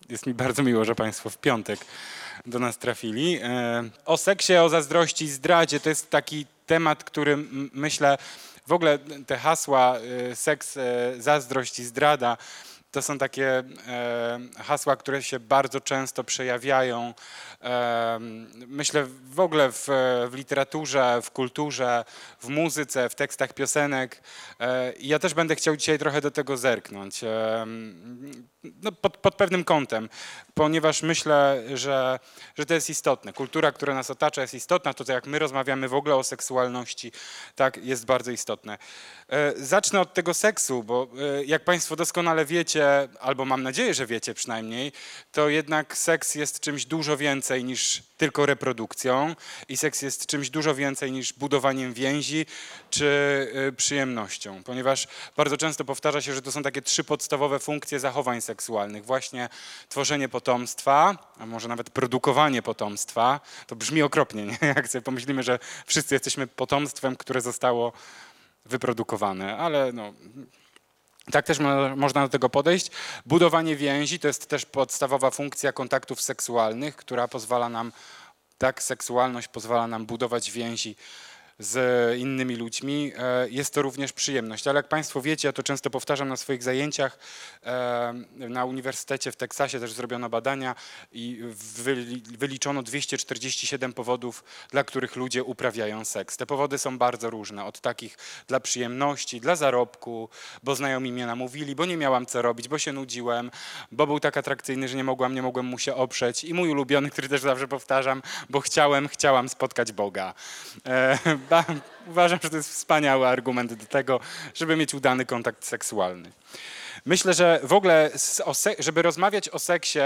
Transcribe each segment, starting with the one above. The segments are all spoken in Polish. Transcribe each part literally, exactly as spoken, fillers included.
Jest mi bardzo miło, że Państwo w piątek do nas trafili. O seksie, o zazdrości i zdradzie to jest taki temat, który myślę, w ogóle te hasła seks, zazdrość i zdrada to są takie e, hasła, które się bardzo często przejawiają, e, myślę w ogóle w, w literaturze, w kulturze, w muzyce, w tekstach piosenek. E, ja też będę chciał dzisiaj trochę do tego zerknąć, e, no, pod, pod pewnym kątem, ponieważ myślę, że, że to jest istotne. Kultura, która nas otacza, jest istotna. To, jak my rozmawiamy w ogóle o seksualności, tak, jest bardzo istotne. E, zacznę od tego seksu, bo e, jak Państwo doskonale wiecie, albo mam nadzieję, że wiecie przynajmniej, to jednak seks jest czymś dużo więcej niż tylko reprodukcją i seks jest czymś dużo więcej niż budowaniem więzi czy y, przyjemnością, ponieważ bardzo często powtarza się, że to są takie trzy podstawowe funkcje zachowań seksualnych. Właśnie tworzenie potomstwa, a może nawet produkowanie potomstwa. To brzmi okropnie, nie? Jak sobie pomyślimy, że wszyscy jesteśmy potomstwem, które zostało wyprodukowane, ale no... Tak też mo można do tego podejść. Budowanie więzi to jest też podstawowa funkcja kontaktów seksualnych, która pozwala nam, tak, seksualność pozwala nam budować więzi z innymi ludźmi. Jest to również przyjemność, ale jak Państwo wiecie, ja to często powtarzam na swoich zajęciach, na Uniwersytecie w Teksasie też zrobiono badania i wyliczono dwieście czterdzieści siedem powodów, dla których ludzie uprawiają seks. Te powody są bardzo różne, od takich dla przyjemności, dla zarobku, bo znajomi mnie namówili, bo nie miałam co robić, bo się nudziłem, bo był tak atrakcyjny, że nie mogłam, nie mogłem mu się oprzeć i mój ulubiony, który też zawsze powtarzam, bo chciałem, chciałam spotkać Boga. Uważam, że to jest wspaniały argument do tego, żeby mieć udany kontakt seksualny. Myślę, że w ogóle, żeby rozmawiać o seksie,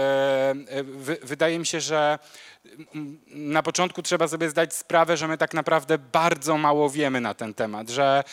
wydaje mi się, że na początku trzeba sobie zdać sprawę, że my tak naprawdę bardzo mało wiemy na ten temat, że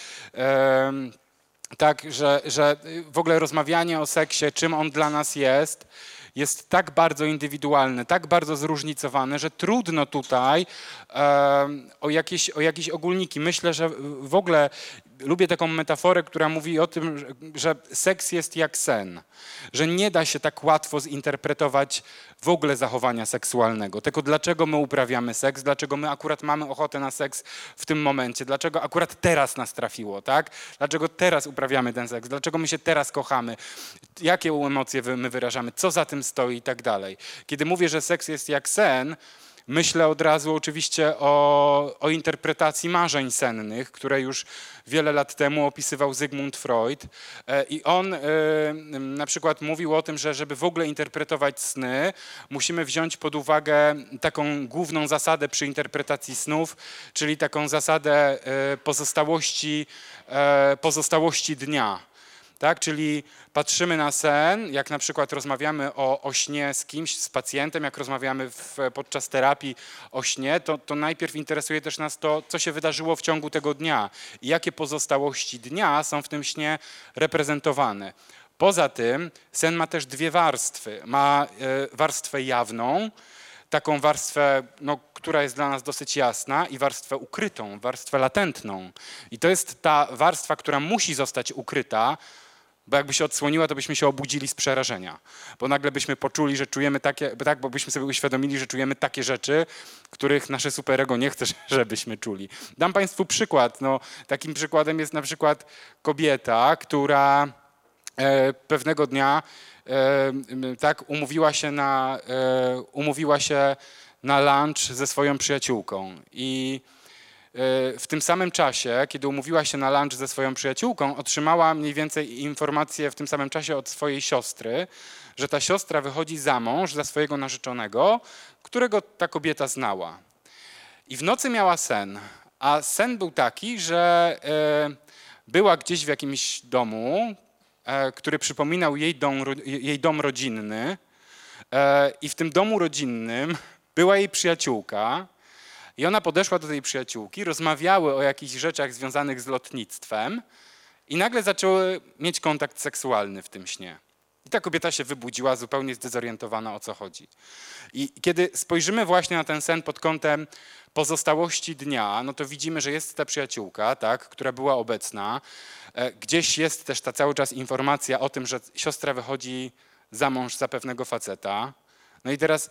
tak, że, że w ogóle rozmawianie o seksie, czym on dla nas jest, jest tak bardzo indywidualny, tak bardzo zróżnicowany, że trudno tutaj e, o, jakieś, o jakieś ogólniki. Myślę, że w ogóle lubię taką metaforę, która mówi o tym, że, że seks jest jak sen, że nie da się tak łatwo zinterpretować w ogóle zachowania seksualnego. Tego, dlaczego my uprawiamy seks, dlaczego my akurat mamy ochotę na seks w tym momencie, dlaczego akurat teraz nas trafiło, tak? Dlaczego teraz uprawiamy ten seks, dlaczego my się teraz kochamy, jakie emocje my wyrażamy, co za tym stoi i tak dalej. Kiedy mówię, że seks jest jak sen, myślę od razu oczywiście o, o interpretacji marzeń sennych, które już wiele lat temu opisywał Zygmunt Freud. I on na przykład mówił o tym, że żeby w ogóle interpretować sny, musimy wziąć pod uwagę taką główną zasadę przy interpretacji snów, czyli taką zasadę pozostałości, pozostałości dnia. Tak, czyli patrzymy na sen, jak na przykład rozmawiamy o, o śnie z kimś, z pacjentem, jak rozmawiamy w, podczas terapii o śnie, to, to najpierw interesuje też nas to, co się wydarzyło w ciągu tego dnia i jakie pozostałości dnia są w tym śnie reprezentowane. Poza tym sen ma też dwie warstwy. Ma y, warstwę jawną, taką warstwę, no, która jest dla nas dosyć jasna, i warstwę ukrytą, warstwę latentną. I to jest ta warstwa, która musi zostać ukryta, bo jakby się odsłoniła, to byśmy się obudzili z przerażenia. Bo nagle byśmy poczuli, że czujemy takie, tak, bo byśmy sobie uświadomili, że czujemy takie rzeczy, których nasze superego nie chce, żebyśmy czuli. Dam Państwu przykład. No, takim przykładem jest na przykład kobieta, która e, pewnego dnia e, tak umówiła się na, e, umówiła się na lunch ze swoją przyjaciółką. I w tym samym czasie, kiedy umówiła się na lunch ze swoją przyjaciółką, otrzymała mniej więcej informację w tym samym czasie od swojej siostry, że ta siostra wychodzi za mąż za swojego narzeczonego, którego ta kobieta znała. I w nocy miała sen, a sen był taki, że była gdzieś w jakimś domu, który przypominał jej dom, jej dom rodzinny, i w tym domu rodzinnym była jej przyjaciółka. I ona podeszła do tej przyjaciółki, rozmawiały o jakichś rzeczach związanych z lotnictwem i nagle zaczęły mieć kontakt seksualny w tym śnie. I ta kobieta się wybudziła zupełnie zdezorientowana, o co chodzi. I kiedy spojrzymy właśnie na ten sen pod kątem pozostałości dnia, no to widzimy, że jest ta przyjaciółka, tak, która była obecna. Gdzieś jest też ta cały czas informacja o tym, że siostra wychodzi za mąż za pewnego faceta. No i teraz,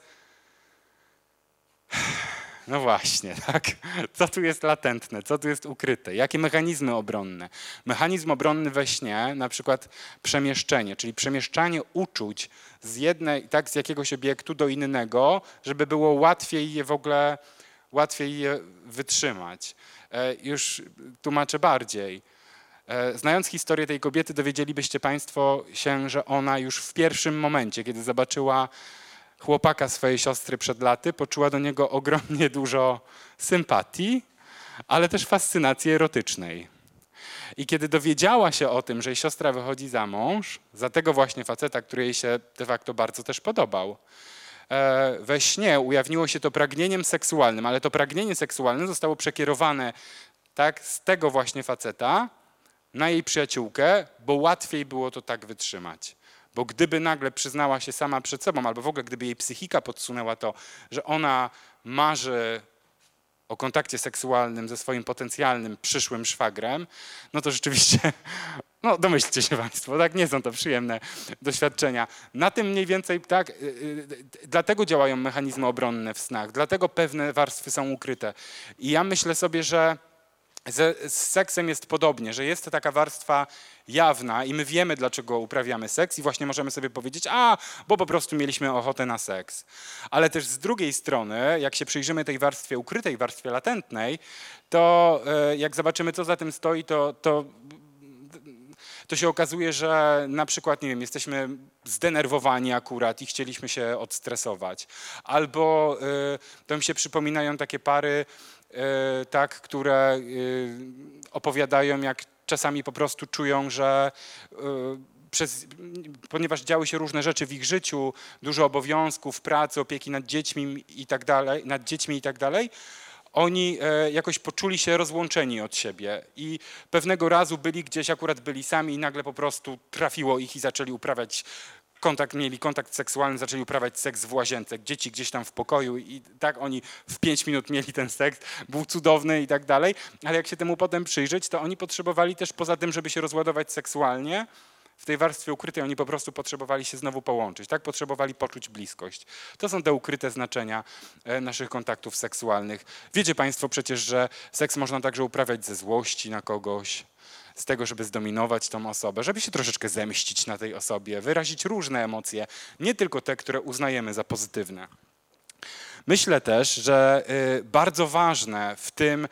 no właśnie, tak? Co tu jest latentne, co tu jest ukryte? Jakie mechanizmy obronne? Mechanizm obronny we śnie, na przykład przemieszczenie, czyli przemieszczanie uczuć z jednej, tak, z jakiegoś obiektu do innego, żeby było łatwiej je w ogóle, łatwiej je wytrzymać. E, już tłumaczę bardziej. E, znając historię tej kobiety, dowiedzielibyście Państwo się, że ona już w pierwszym momencie, kiedy zobaczyła chłopaka swojej siostry przed laty, poczuła do niego ogromnie dużo sympatii, ale też fascynacji erotycznej. I kiedy dowiedziała się o tym, że jej siostra wychodzi za mąż, za tego właśnie faceta, który jej się de facto bardzo też podobał, we śnie ujawniło się to pragnieniem seksualnym, ale to pragnienie seksualne zostało przekierowane tak, z tego właśnie faceta na jej przyjaciółkę, bo łatwiej było to tak wytrzymać. Bo gdyby nagle przyznała się sama przed sobą, albo w ogóle gdyby jej psychika podsunęła to, że ona marzy o kontakcie seksualnym ze swoim potencjalnym przyszłym szwagrem, no to rzeczywiście, no domyślcie się Państwo, tak, nie są to przyjemne doświadczenia. Na tym mniej więcej, tak, yy, yy, dlatego działają mechanizmy obronne w snach, dlatego pewne warstwy są ukryte. I ja myślę sobie, że Z, z seksem jest podobnie, że jest to taka warstwa jawna i my wiemy, dlaczego uprawiamy seks i właśnie możemy sobie powiedzieć, a, bo po prostu mieliśmy ochotę na seks. Ale też z drugiej strony, jak się przyjrzymy tej warstwie ukrytej, warstwie latentnej, to e, jak zobaczymy, co za tym stoi, to, to, to się okazuje, że na przykład, nie wiem, jesteśmy zdenerwowani akurat i chcieliśmy się odstresować. Albo e, to mi się przypominają takie pary, tak, które opowiadają, jak czasami po prostu czują, że przez, ponieważ działy się różne rzeczy w ich życiu, dużo obowiązków, pracy, opieki nad dziećmi i tak dalej, nad dziećmi i tak dalej, oni jakoś poczuli się rozłączeni od siebie i pewnego razu byli gdzieś, akurat byli sami i nagle po prostu trafiło ich i zaczęli uprawiać kontakt, mieli kontakt seksualny, zaczęli uprawiać seks w łazience, dzieci gdzieś tam w pokoju i tak oni w pięć minut mieli ten seks, był cudowny i tak dalej, ale jak się temu potem przyjrzeć, to oni potrzebowali też poza tym, żeby się rozładować seksualnie, w tej warstwie ukrytej oni po prostu potrzebowali się znowu połączyć, tak? Potrzebowali poczuć bliskość. To są te ukryte znaczenia naszych kontaktów seksualnych. Wiecie Państwo przecież, że seks można także uprawiać ze złości na kogoś, z tego, żeby zdominować tą osobę, żeby się troszeczkę zemścić na tej osobie, wyrazić różne emocje, nie tylko te, które uznajemy za pozytywne. Myślę też, że bardzo ważne w tym,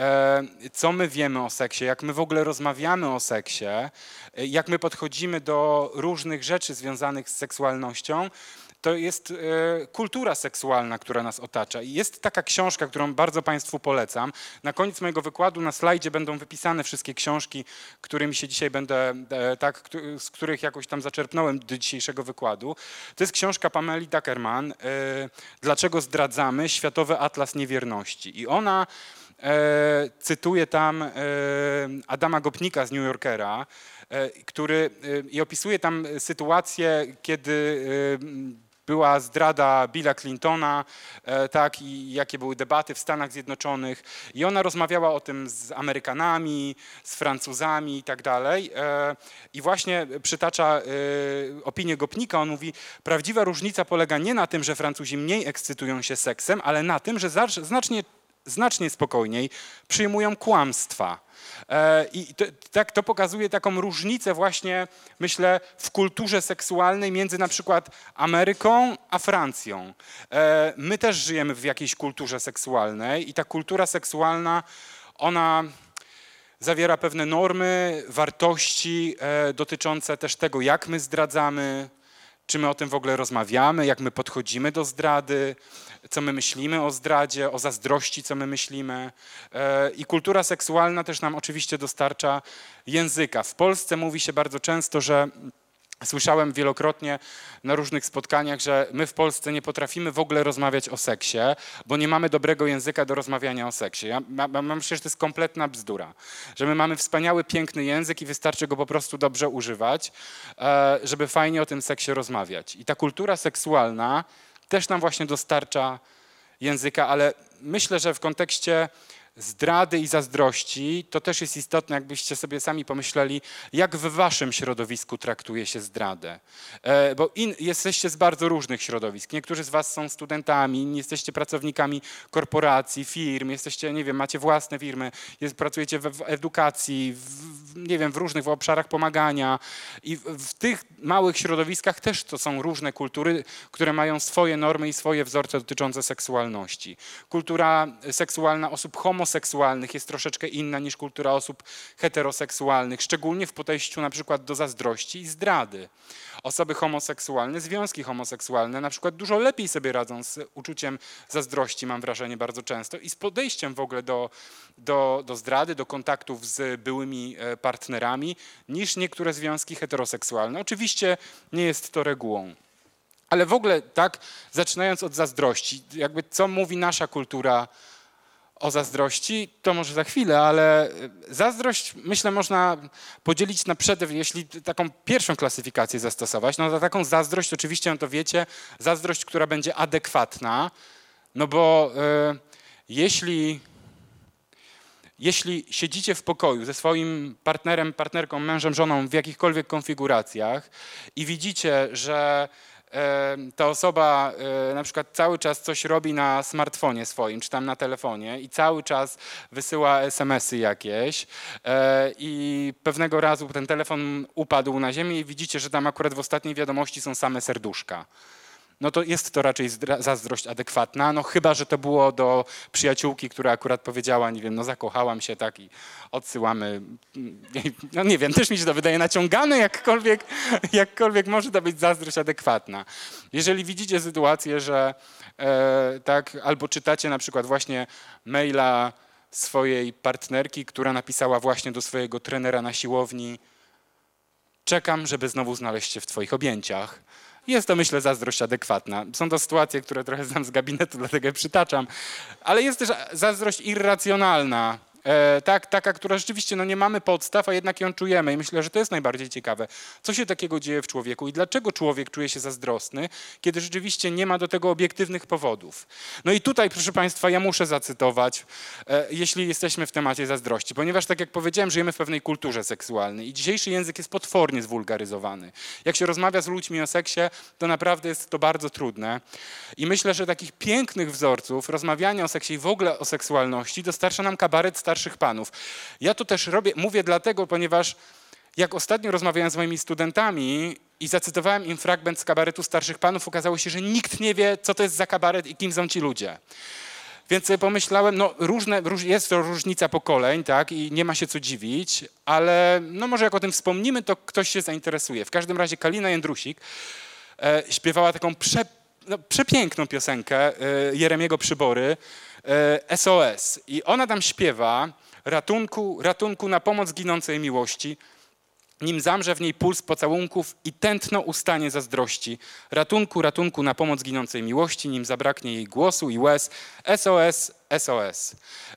co my wiemy o seksie, jak my w ogóle rozmawiamy o seksie, jak my podchodzimy do różnych rzeczy związanych z seksualnością, to jest e, kultura seksualna, która nas otacza. I jest taka książka, którą bardzo Państwu polecam. Na koniec mojego wykładu na slajdzie będą wypisane wszystkie książki, którymi się dzisiaj będę, e, tak, z których jakoś tam zaczerpnąłem do dzisiejszego wykładu. To jest książka Pameli Duckerman, e, Dlaczego zdradzamy? Światowy Atlas Niewierności. I ona e, cytuje tam e, Adama Gopnika z New Yorkera, e, który e, i opisuje tam sytuację, kiedy e, była zdrada Billa Clintona, e, tak, i jakie były debaty w Stanach Zjednoczonych. I ona rozmawiała o tym z Amerykanami, z Francuzami i tak dalej. E, I właśnie przytacza e, opinię Gopnika. On mówi, prawdziwa różnica polega nie na tym, że Francuzi mniej ekscytują się seksem, ale na tym, że znacznie, znacznie spokojniej przyjmują kłamstwa. I to, tak, to pokazuje taką różnicę właśnie, myślę, w kulturze seksualnej między na przykład Ameryką a Francją. My też żyjemy w jakiejś kulturze seksualnej i ta kultura seksualna, ona zawiera pewne normy, wartości dotyczące też tego, jak my zdradzamy, czy my o tym w ogóle rozmawiamy, jak my podchodzimy do zdrady, co my myślimy o zdradzie, o zazdrości, co my myślimy. I kultura seksualna też nam oczywiście dostarcza języka. W Polsce mówi się bardzo często, że słyszałem wielokrotnie na różnych spotkaniach, że my w Polsce nie potrafimy w ogóle rozmawiać o seksie, bo nie mamy dobrego języka do rozmawiania o seksie. Ja mam myślę, że to jest kompletna bzdura, że my mamy wspaniały, piękny język i wystarczy go po prostu dobrze używać, żeby fajnie o tym seksie rozmawiać. I ta kultura seksualna też nam właśnie dostarcza języka, ale myślę, że w kontekście zdrady i zazdrości, to też jest istotne, jakbyście sobie sami pomyśleli, jak w waszym środowisku traktuje się zdradę. E, bo in, jesteście z bardzo różnych środowisk. Niektórzy z was są studentami, inni jesteście pracownikami korporacji, firm, jesteście, nie wiem, macie własne firmy, jest, pracujecie w, w edukacji, w, w, nie wiem, w różnych obszarach pomagania i w, w tych małych środowiskach też to są różne kultury, które mają swoje normy i swoje wzorce dotyczące seksualności. Kultura seksualna osób homoseksualnych jest troszeczkę inna niż kultura osób heteroseksualnych, szczególnie w podejściu na przykład do zazdrości i zdrady. Osoby homoseksualne, związki homoseksualne na przykład dużo lepiej sobie radzą z uczuciem zazdrości, mam wrażenie bardzo często, i z podejściem w ogóle do, do, do zdrady, do kontaktów z byłymi partnerami niż niektóre związki heteroseksualne. Oczywiście nie jest to regułą. Ale w ogóle tak, zaczynając od zazdrości, jakby co mówi nasza kultura o zazdrości, to może za chwilę, ale zazdrość, myślę, można podzielić na przede, jeśli taką pierwszą klasyfikację zastosować, no to taką zazdrość, oczywiście, no to wiecie, zazdrość, która będzie adekwatna, no bo y, jeśli, jeśli siedzicie w pokoju ze swoim partnerem, partnerką, mężem, żoną w jakichkolwiek konfiguracjach i widzicie, że ta osoba na przykład cały czas coś robi na smartfonie swoim, czy tam na telefonie i cały czas wysyła es em esy jakieś i pewnego razu ten telefon upadł na ziemię i widzicie, że tam akurat w ostatniej wiadomości są same serduszka. No to jest to raczej zazdrość adekwatna, no chyba, że to było do przyjaciółki, która akurat powiedziała, nie wiem, no zakochałam się, tak, i odsyłamy, no nie wiem, też mi się to wydaje naciągane, jakkolwiek, jakkolwiek może to być zazdrość adekwatna. Jeżeli widzicie sytuację, że e, tak, albo czytacie na przykład właśnie maila swojej partnerki, która napisała właśnie do swojego trenera na siłowni: czekam, żeby znowu znaleźć się w twoich objęciach. Jest to, myślę, zazdrość adekwatna. Są to sytuacje, które trochę znam z gabinetu, dlatego je przytaczam. Ale jest też zazdrość irracjonalna. E, tak, taka, która rzeczywiście no nie mamy podstaw, a jednak ją czujemy. I myślę, że to jest najbardziej ciekawe. Co się takiego dzieje w człowieku i dlaczego człowiek czuje się zazdrosny, kiedy rzeczywiście nie ma do tego obiektywnych powodów. No i tutaj, proszę Państwa, ja muszę zacytować, e, jeśli jesteśmy w temacie zazdrości, ponieważ, tak jak powiedziałem, żyjemy w pewnej kulturze seksualnej i dzisiejszy język jest potwornie zwulgaryzowany. Jak się rozmawia z ludźmi o seksie, to naprawdę jest to bardzo trudne. I myślę, że takich pięknych wzorców rozmawiania o seksie i w ogóle o seksualności dostarcza nam kabaret starszych panów. Ja to też robię, mówię dlatego, ponieważ jak ostatnio rozmawiałem z moimi studentami i zacytowałem im fragment z kabaretu starszych panów, okazało się, że nikt nie wie, co to jest za kabaret i kim są ci ludzie. Więc sobie pomyślałem, no różne, jest to różnica pokoleń, tak, i nie ma się co dziwić, ale no może jak o tym wspomnimy, to ktoś się zainteresuje. W każdym razie Kalina Jędrusik e, śpiewała taką prze, no, przepiękną piosenkę e, Jeremiego Przybory, S O S. I ona tam śpiewa: ratunku, ratunku, na pomoc ginącej miłości, nim zamrze w niej puls pocałunków i tętno ustanie zazdrości. Ratunku, ratunku, na pomoc ginącej miłości, nim zabraknie jej głosu i łez. S O S, S O S.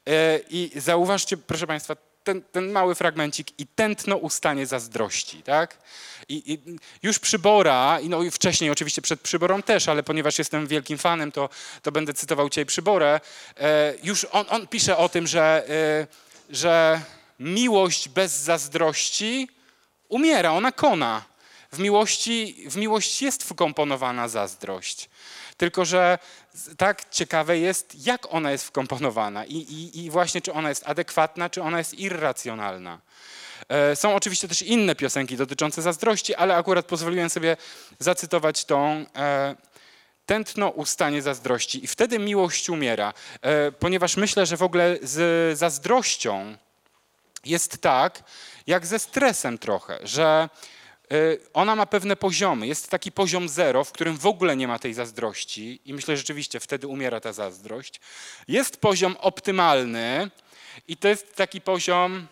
I zauważcie, proszę Państwa, ten, ten mały fragmencik: i tętno ustanie zazdrości, tak? I, I już Przybora, i no i wcześniej oczywiście przed Przyborą też, ale ponieważ jestem wielkim fanem, to, to będę cytował dzisiaj Przyborę. E, już on, on pisze o tym, że, e, że miłość bez zazdrości umiera, ona kona. W miłości, w miłości jest wkomponowana zazdrość. Tylko że tak ciekawe jest, jak ona jest wkomponowana i, i, i właśnie czy ona jest adekwatna, czy ona jest irracjonalna. Są oczywiście też inne piosenki dotyczące zazdrości, ale akurat pozwoliłem sobie zacytować tą: e, tętno ustanie zazdrości i wtedy miłość umiera. E, ponieważ myślę, że w ogóle z zazdrością jest tak, jak ze stresem trochę, że e, ona ma pewne poziomy. Jest taki poziom zero, w którym w ogóle nie ma tej zazdrości i myślę, że rzeczywiście wtedy umiera ta zazdrość. Jest poziom optymalny i to jest taki poziom...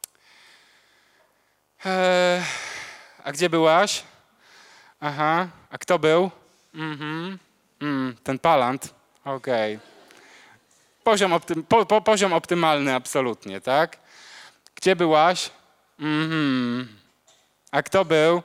Eee, a gdzie byłaś? Aha, a kto był? Mhm. Mm, ten palant. Okej. Okay. Poziom, optym, po, po, poziom optymalny absolutnie, tak? Gdzie byłaś? Mhm. A kto był?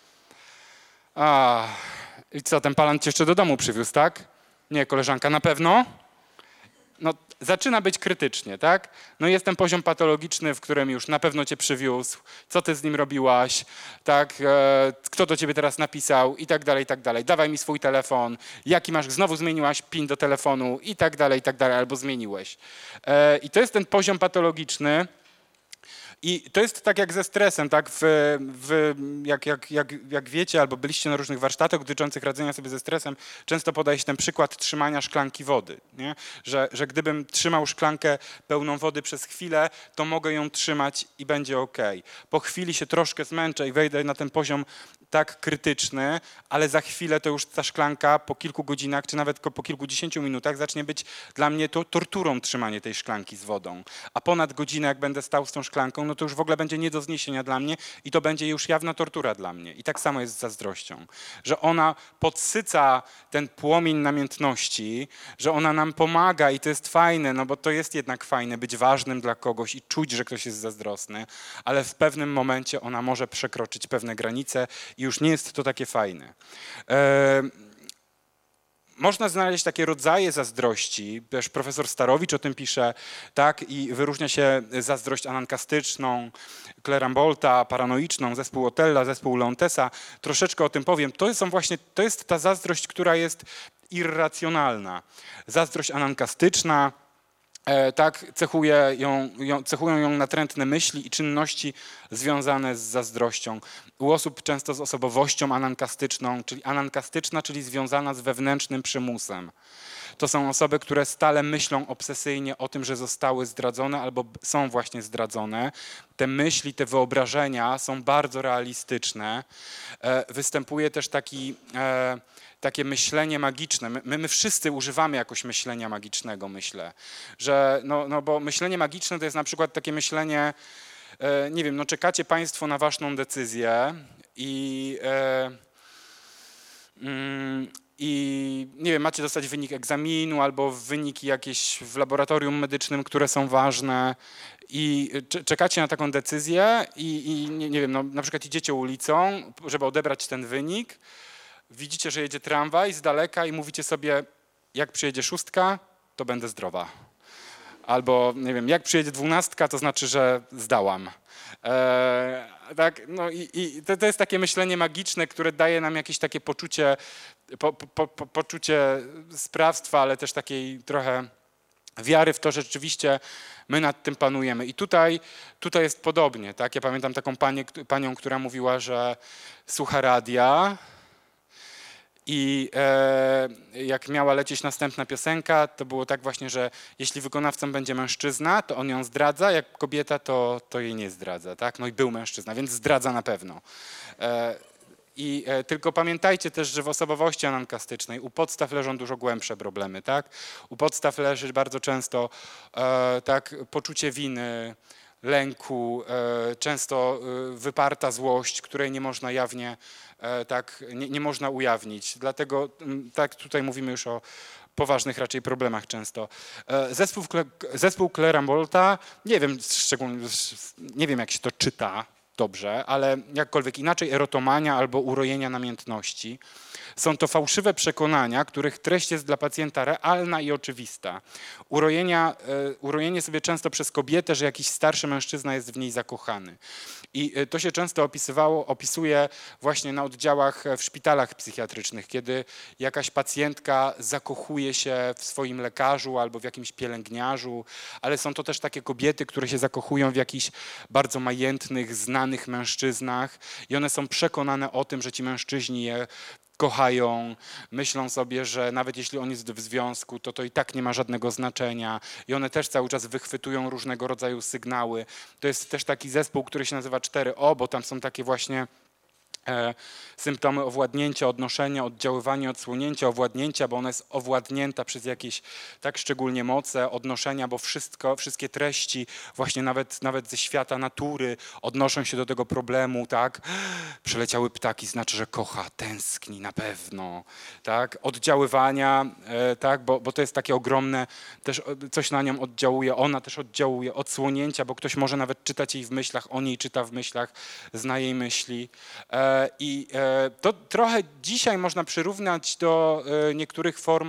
A, i co, ten palant cię jeszcze do domu przywiózł, tak? Nie, koleżanka, na pewno? no, zaczyna być krytycznie, tak? No jest ten poziom patologiczny, w którym już na pewno cię przywiózł, co ty z nim robiłaś, tak? E, kto do ciebie teraz napisał i tak dalej, i tak dalej. Dawaj mi swój telefon, jaki masz, znowu zmieniłaś PIN do telefonu i tak dalej, i tak dalej, albo zmieniłeś. E, I to jest ten poziom patologiczny. I to jest tak jak ze stresem, tak? W, w, jak, jak, jak, jak wiecie, albo byliście na różnych warsztatach dotyczących radzenia sobie ze stresem, często podaje się ten przykład trzymania szklanki wody, nie? Że, że gdybym trzymał szklankę pełną wody przez chwilę, to mogę ją trzymać i będzie ok. Po chwili się troszkę zmęczę i wejdę na ten poziom tak krytyczny, ale za chwilę to już ta szklanka po kilku godzinach, czy nawet po kilkudziesięciu minutach zacznie być dla mnie to torturą trzymanie tej szklanki z wodą. A ponad godzinę, jak będę stał z tą szklanką, no to już w ogóle będzie nie do zniesienia dla mnie i to będzie już jawna tortura dla mnie. I tak samo jest z zazdrością, że ona podsyca ten płomień namiętności, że ona nam pomaga i to jest fajne, no bo to jest jednak fajne być ważnym dla kogoś i czuć, że ktoś jest zazdrosny, ale w pewnym momencie ona może przekroczyć pewne granice i już nie jest to takie fajne. E, Można znaleźć takie rodzaje zazdrości, też profesor Starowicz o tym pisze, tak, i wyróżnia się zazdrość anankastyczną, Clarambolta, paranoiczną, zespół Otella, zespół Leontesa. Troszeczkę o tym powiem. To są właśnie, to jest ta zazdrość, która jest irracjonalna. Zazdrość anankastyczna, E, tak, cechuje ją, ją, cechują ją natrętne myśli i czynności związane z zazdrością. U osób często z osobowością anankastyczną, czyli anankastyczna, czyli związana z wewnętrznym przymusem. To są osoby, które stale myślą obsesyjnie o tym, że zostały zdradzone albo są właśnie zdradzone. Te myśli, te wyobrażenia są bardzo realistyczne. E, występuje też taki... E, takie myślenie magiczne. My, my wszyscy używamy jakoś myślenia magicznego, myślę. Że, no, no bo myślenie magiczne to jest na przykład takie myślenie, e, nie wiem, no czekacie państwo na ważną decyzję i, e, mm, i nie wiem, macie dostać wynik egzaminu albo wyniki jakieś w laboratorium medycznym, które są ważne i czekacie na taką decyzję i, i nie, nie wiem, no, na przykład idziecie ulicą, żeby odebrać ten wynik. Widzicie, że jedzie tramwaj z daleka i mówicie sobie, jak przyjedzie szóstka, to będę zdrowa. Albo, nie wiem, jak przyjedzie dwunastka, to znaczy, że zdałam. Eee, tak, no i, i to, to jest takie myślenie magiczne, które daje nam jakieś takie poczucie, po, po, po, poczucie sprawstwa, ale też takiej trochę wiary w to, że rzeczywiście my nad tym panujemy. I tutaj, tutaj jest podobnie. Tak? Ja pamiętam taką panię, panią, która mówiła, że słucha radia, i e, jak miała lecieć następna piosenka, to było tak właśnie, że jeśli wykonawcą będzie mężczyzna, to on ją zdradza, jak kobieta, to, to jej nie zdradza. Tak? No i był mężczyzna, więc zdradza na pewno. E, I e, tylko pamiętajcie też, że w osobowości anankastycznej u podstaw leżą dużo głębsze problemy. Tak? U podstaw leży bardzo często e, tak, poczucie winy, lęku, e, często e, wyparta złość, której nie można jawnie e, tak, nie, nie można ujawnić. Dlatego m, tak tutaj mówimy już o poważnych raczej problemach często. E, zespół, zespół Clarambolta, nie wiem szczególnie, nie wiem jak się to czyta dobrze, ale jakkolwiek inaczej erotomania albo urojenia namiętności. Są to fałszywe przekonania, których treść jest dla pacjenta realna i oczywista. Urojenia, urojenie sobie często przez kobietę, że jakiś starszy mężczyzna jest w niej zakochany. I to się często opisywało, opisuje właśnie na oddziałach w szpitalach psychiatrycznych, kiedy jakaś pacjentka zakochuje się w swoim lekarzu albo w jakimś pielęgniarzu, ale są to też takie kobiety, które się zakochują w jakichś bardzo majętnych, znanych mężczyznach i one są przekonane o tym, że ci mężczyźni je kochają, myślą sobie, że nawet jeśli on jest w związku, to to i tak nie ma żadnego znaczenia i one też cały czas wychwytują różnego rodzaju sygnały. To jest też taki zespół, który się nazywa cztery O, bo tam są takie właśnie e, symptomy owładnięcia, odnoszenia, oddziaływania, odsłonięcia, owładnięcia, bo ona jest owładnięta przez jakieś tak szczególnie moce, odnoszenia, bo wszystko, wszystkie treści właśnie nawet, nawet ze świata natury odnoszą się do tego problemu, tak? Przeleciały ptaki, znaczy, że kocha, tęskni na pewno, tak? Oddziaływania, e, tak? Bo, bo to jest takie ogromne, też coś na nią oddziałuje, ona też oddziałuje, odsłonięcia, bo ktoś może nawet czytać jej w myślach, on jej czyta w myślach, zna jej myśli. E, I to trochę dzisiaj można przyrównać do niektórych form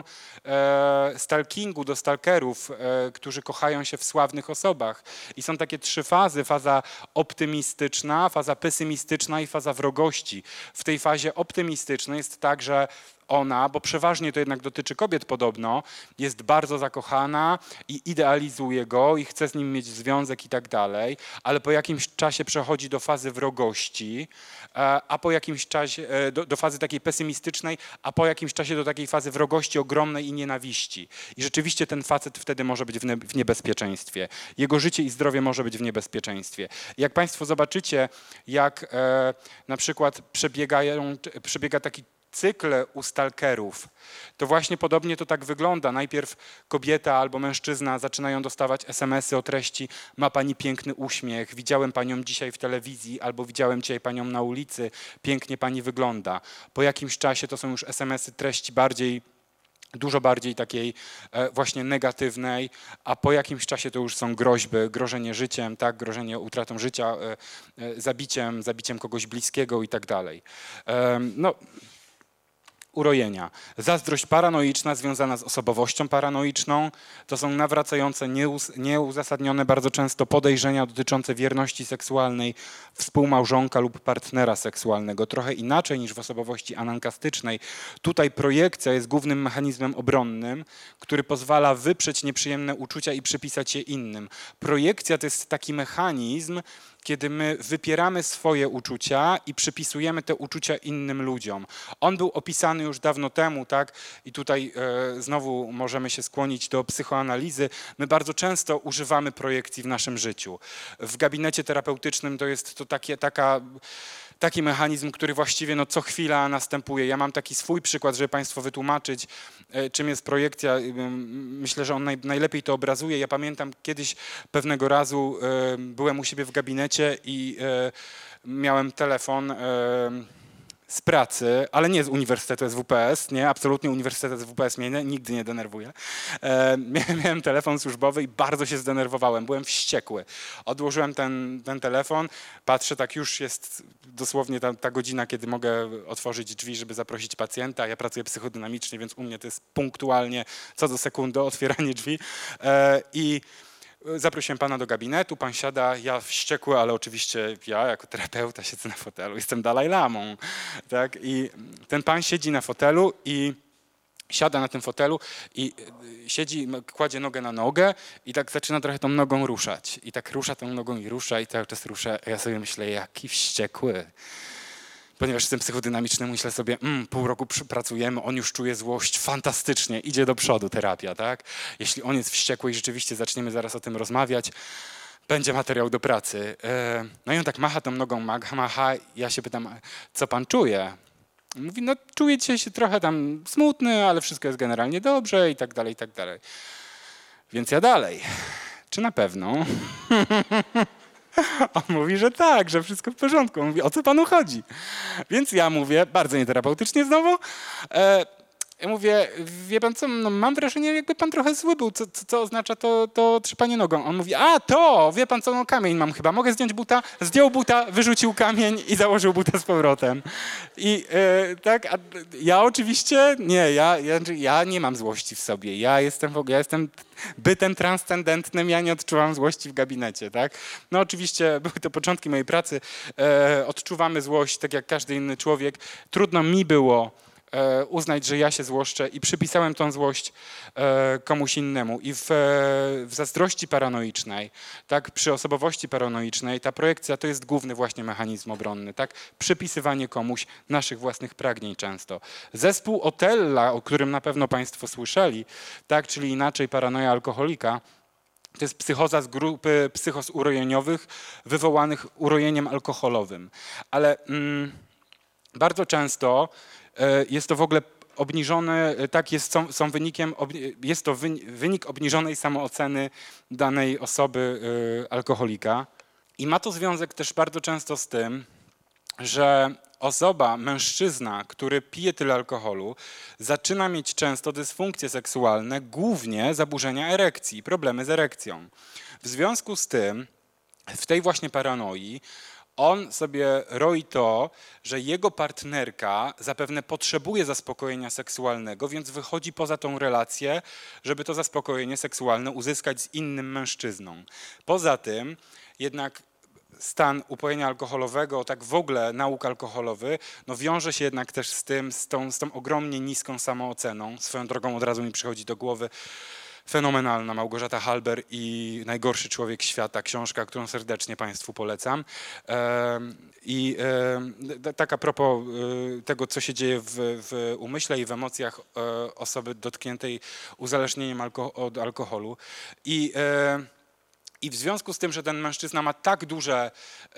stalkingu, do stalkerów, którzy kochają się w sławnych osobach. I są takie trzy fazy, faza optymistyczna, faza pesymistyczna i faza wrogości. W tej fazie optymistycznej jest tak, że ona, bo przeważnie to jednak dotyczy kobiet podobno, jest bardzo zakochana i idealizuje go i chce z nim mieć związek i tak dalej, ale po jakimś czasie przechodzi do fazy wrogości, a po jakimś czasie, do, do fazy takiej pesymistycznej, a po jakimś czasie do takiej fazy wrogości ogromnej i nienawiści. I rzeczywiście ten facet wtedy może być w, ne, w niebezpieczeństwie. Jego życie i zdrowie może być w niebezpieczeństwie. Jak Państwo zobaczycie, jak e, na przykład przebiegają, przebiega taki cykl u stalkerów, to właśnie podobnie to tak wygląda. Najpierw kobieta albo mężczyzna zaczynają dostawać es em esy o treści: ma pani piękny uśmiech, widziałem panią dzisiaj w telewizji albo widziałem dzisiaj panią na ulicy, pięknie pani wygląda. Po jakimś czasie to są już es em esy treści bardziej dużo bardziej takiej właśnie negatywnej, a po jakimś czasie to już są groźby, grożenie życiem, tak, grożenie utratą życia, zabiciem, zabiciem kogoś bliskiego i tak dalej. No, urojenia. Zazdrość paranoiczna związana z osobowością paranoiczną. To są nawracające, nieuz, nieuzasadnione bardzo często podejrzenia dotyczące wierności seksualnej współmałżonka lub partnera seksualnego. Trochę inaczej niż w osobowości anankastycznej. Tutaj projekcja jest głównym mechanizmem obronnym, który pozwala wyprzeć nieprzyjemne uczucia i przypisać je innym. Projekcja to jest taki mechanizm, kiedy my wypieramy swoje uczucia i przypisujemy te uczucia innym ludziom. On był opisany już dawno temu, tak? I tutaj e, znowu możemy się skłonić do psychoanalizy. My bardzo często używamy projekcji w naszym życiu. W gabinecie terapeutycznym to jest to takie, taka... taki mechanizm, który właściwie no, co chwila następuje. Ja mam taki swój przykład, żeby Państwu wytłumaczyć, czym jest projekcja. Myślę, że on naj, najlepiej to obrazuje. Ja pamiętam kiedyś pewnego razu e, byłem u siebie w gabinecie i e, miałem telefon e, z pracy, ale nie z Uniwersytetu S W P S, nie, absolutnie Uniwersytet S W P S mnie nie, nigdy nie denerwuje. E, miałem telefon służbowy i bardzo się zdenerwowałem, byłem wściekły. Odłożyłem ten, ten telefon, patrzę, tak już jest dosłownie ta, ta godzina, kiedy mogę otworzyć drzwi, żeby zaprosić pacjenta. Ja pracuję psychodynamicznie, więc u mnie to jest punktualnie co do sekundy otwieranie drzwi. E, i Zaprosiłem pana do gabinetu, pan siada, ja wściekły, ale oczywiście ja jako terapeuta siedzę na fotelu, jestem Dalaj Lamą, tak? I ten pan siedzi na fotelu i siada na tym fotelu i siedzi, kładzie nogę na nogę i tak zaczyna trochę tą nogą ruszać. I tak rusza tą nogą i rusza i cały czas rusza. Ja sobie myślę, jaki wściekły. Ponieważ jestem psychodynamiczny, myślę sobie, mm, pół roku pracujemy, on już czuje złość, fantastycznie, idzie do przodu terapia, tak? Jeśli on jest wściekły i rzeczywiście zaczniemy zaraz o tym rozmawiać, będzie materiał do pracy. No i on tak macha tą nogą, macha, ja się pytam, co pan czuje? Mówi, no czuję dzisiaj się trochę tam smutny, ale wszystko jest generalnie dobrze i tak dalej, i tak dalej. Więc ja dalej. Czy na pewno? On mówi, że tak, że wszystko w porządku. On mówi, o co panu chodzi? Więc ja mówię, bardzo nieterapeutycznie znowu, e, ja mówię, wie pan co, no mam wrażenie, jakby pan trochę zły był, co, co, co oznacza to, to trzepanie nogą. On mówi, a to, wie pan co, no kamień mam chyba, mogę zdjąć buta? Zdjął buta, wyrzucił kamień i założył buta z powrotem. I e, tak, a ja oczywiście, nie, ja, ja, ja nie mam złości w sobie, ja jestem, ja jestem bytem transcendentnym, ja nie odczuwam złości w gabinecie, tak? No oczywiście były to początki mojej pracy, e, odczuwamy złość tak jak każdy inny człowiek. Trudno mi było uznać, że ja się złoszczę i przypisałem tą złość komuś innemu. I w, w zazdrości paranoicznej, tak, przy osobowości paranoicznej ta projekcja to jest główny właśnie mechanizm obronny, tak, przypisywanie komuś naszych własnych pragnień często. Zespół Otella, o którym na pewno Państwo słyszeli, tak, czyli inaczej paranoja alkoholika, to jest psychoza z grupy psychos urojeniowych wywołanych urojeniem alkoholowym. Ale mm, bardzo często jest to w ogóle obniżone, tak, jest, są, są wynikiem, jest to wynik obniżonej samooceny danej osoby alkoholika. I ma to związek też bardzo często z tym, że osoba, mężczyzna, który pije tyle alkoholu, zaczyna mieć często dysfunkcje seksualne, głównie zaburzenia erekcji, problemy z erekcją. W związku z tym, w tej właśnie paranoi, On sobie roi to, że jego partnerka zapewne potrzebuje zaspokojenia seksualnego, więc wychodzi poza tą relację, żeby to zaspokojenie seksualne uzyskać z innym mężczyzną. Poza tym jednak stan upojenia alkoholowego, tak w ogóle nauk alkoholowy, no wiąże się jednak też z tym, z tą, z tą ogromnie niską samooceną. Swoją drogą od razu mi przychodzi do głowy fenomenalna Małgorzata Halber i Najgorszy człowiek świata, książka, którą serdecznie Państwu polecam. I tak a propos tego, co się dzieje w, w umyśle i w emocjach osoby dotkniętej uzależnieniem alko- od alkoholu. I I w związku z tym, że ten mężczyzna ma tak duże,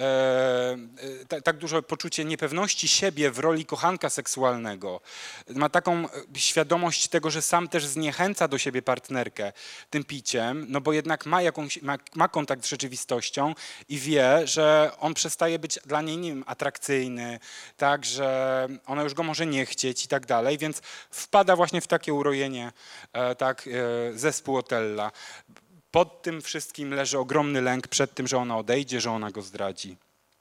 e, tak duże poczucie niepewności siebie w roli kochanka seksualnego, ma taką świadomość tego, że sam też zniechęca do siebie partnerkę tym piciem, no bo jednak ma, jakąś, ma, ma kontakt z rzeczywistością i wie, że on przestaje być dla niej, nie wiem, atrakcyjny, tak, że ona już go może nie chcieć i tak dalej, więc wpada właśnie w takie urojenie, e, tak, e, zespół Otella. Pod tym wszystkim leży ogromny lęk przed tym, że ona odejdzie, że ona go zdradzi.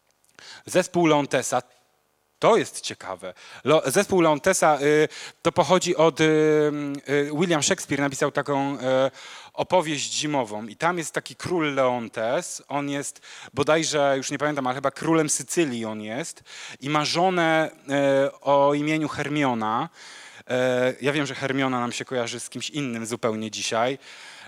Zespół Leontesa, to jest ciekawe. Zespół Leontesa y, to pochodzi od... Y, y, William Shakespeare napisał taką y, opowieść zimową i tam jest taki król Leontes, on jest bodajże, już nie pamiętam, ale chyba królem Sycylii on jest i ma żonę y, o imieniu Hermiona. Y, ja wiem, że Hermiona nam się kojarzy z kimś innym zupełnie dzisiaj,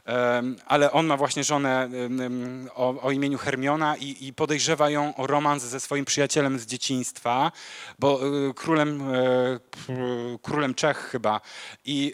ale on ma właśnie żonę o, o imieniu Hermiona i, i podejrzewa ją o romans ze swoim przyjacielem z dzieciństwa, bo królem, królem Czech chyba. I,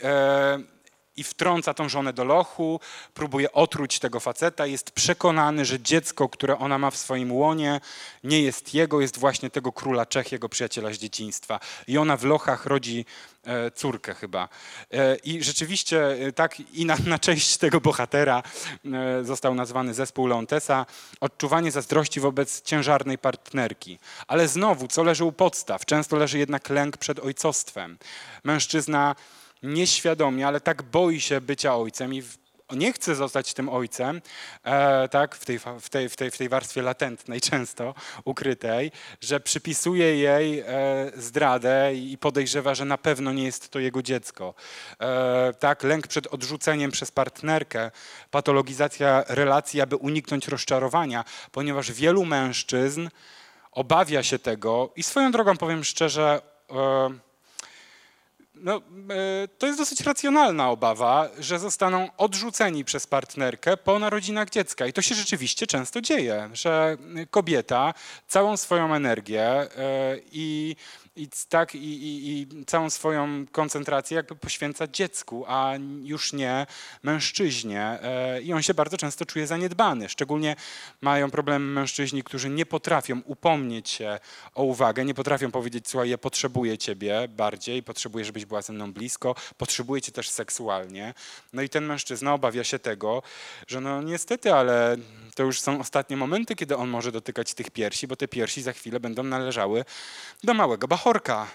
i wtrąca tą żonę do lochu, próbuje otruć tego faceta, jest przekonany, że dziecko, które ona ma w swoim łonie, nie jest jego, jest właśnie tego króla Czech, jego przyjaciela z dzieciństwa. I ona w lochach rodzi córkę chyba. I rzeczywiście tak i na, na cześć tego bohatera został nazwany zespół Leontesa, odczuwanie zazdrości wobec ciężarnej partnerki. Ale znowu, co leży u podstaw? Często leży jednak lęk przed ojcostwem. Mężczyzna nieświadomie, ale tak boi się bycia ojcem i nie chce zostać tym ojcem, e, tak, w tej, w, tej, w, tej, w tej warstwie latentnej często, ukrytej, że przypisuje jej e, zdradę i podejrzewa, że na pewno nie jest to jego dziecko. E, tak, lęk przed odrzuceniem przez partnerkę, patologizacja relacji, aby uniknąć rozczarowania, ponieważ wielu mężczyzn obawia się tego i swoją drogą powiem szczerze, e, No, to jest dosyć racjonalna obawa, że zostaną odrzuceni przez partnerkę po narodzinach dziecka. I to się rzeczywiście często dzieje, że kobieta całą swoją energię i, i, tak, i, i, i całą swoją koncentrację jakby poświęca dziecku, a już nie mężczyźnie. I on się bardzo często czuje zaniedbany. Szczególnie mają problem mężczyźni, którzy nie potrafią upomnieć się o uwagę, nie potrafią powiedzieć: słuchaj, ja potrzebuję ciebie bardziej, potrzebuję, żebyś była ze mną blisko, potrzebuję cię też seksualnie. No i ten mężczyzna obawia się tego, że no niestety, ale to już są ostatnie momenty, kiedy on może dotykać tych piersi, bo te piersi za chwilę będą należały do małego bachorka.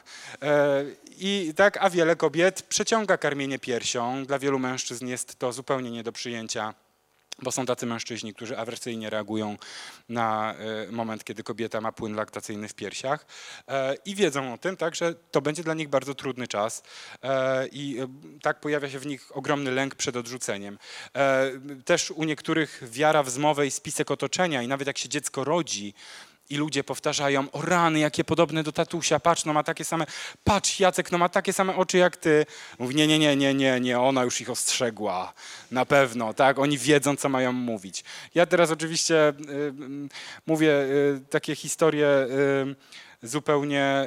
I tak, a wiele kobiet przeciąga karmienie piersią. Dla wielu mężczyzn jest to zupełnie nie do przyjęcia, bo są tacy mężczyźni, którzy awersyjnie reagują na moment, kiedy kobieta ma płyn laktacyjny w piersiach i wiedzą o tym, tak, że to będzie dla nich bardzo trudny czas i tak pojawia się w nich ogromny lęk przed odrzuceniem. Też u niektórych wiara w zmowę i spisek otoczenia i nawet jak się dziecko rodzi, i ludzie powtarzają: o rany, jakie podobne do tatusia, patrz, no ma takie same, patrz Jacek, no ma takie same oczy jak ty. Mówi: nie, nie, nie, nie, nie, nie, ona już ich ostrzegła, na pewno, tak, oni wiedzą, co mają mówić. Ja teraz oczywiście y, y, mówię y, takie historie y, zupełnie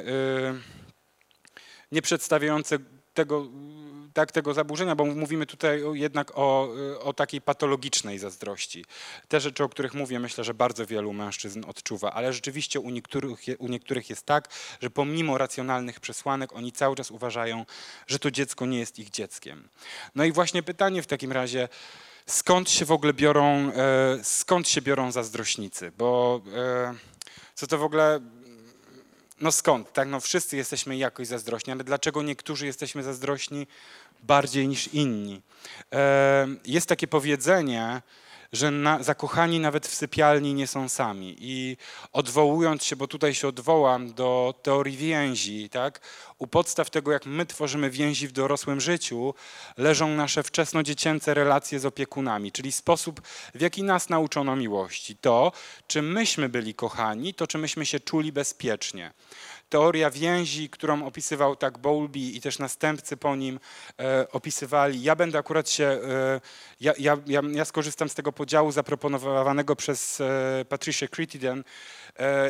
y, nie przedstawiające tego, tak, tego zaburzenia, bo mówimy tutaj jednak o, o takiej patologicznej zazdrości. Te rzeczy, o których mówię, myślę, że bardzo wielu mężczyzn odczuwa, ale rzeczywiście u niektórych, u niektórych jest tak, że pomimo racjonalnych przesłanek oni cały czas uważają, że to dziecko nie jest ich dzieckiem. No i właśnie pytanie w takim razie, skąd się w ogóle biorą, skąd się biorą zazdrośnicy, bo co to w ogóle... No skąd, tak? No wszyscy jesteśmy jakoś zazdrośni, ale dlaczego niektórzy jesteśmy zazdrośni bardziej niż inni? Jest takie powiedzenie, że na, zakochani nawet w sypialni nie są sami. I odwołując się, bo tutaj się odwołam do teorii więzi, tak? U podstaw tego, jak my tworzymy więzi w dorosłym życiu, leżą nasze wczesnodziecięce relacje z opiekunami, czyli sposób, w jaki nas nauczono miłości. To, czy myśmy byli kochani, to, czy myśmy się czuli bezpiecznie. Teoria więzi, którą opisywał tak Bowlby i też następcy po nim e, opisywali. Ja będę akurat się, e, ja, ja, ja, ja skorzystam z tego podziału zaproponowanego przez e, Patricia Crittenden. E, e,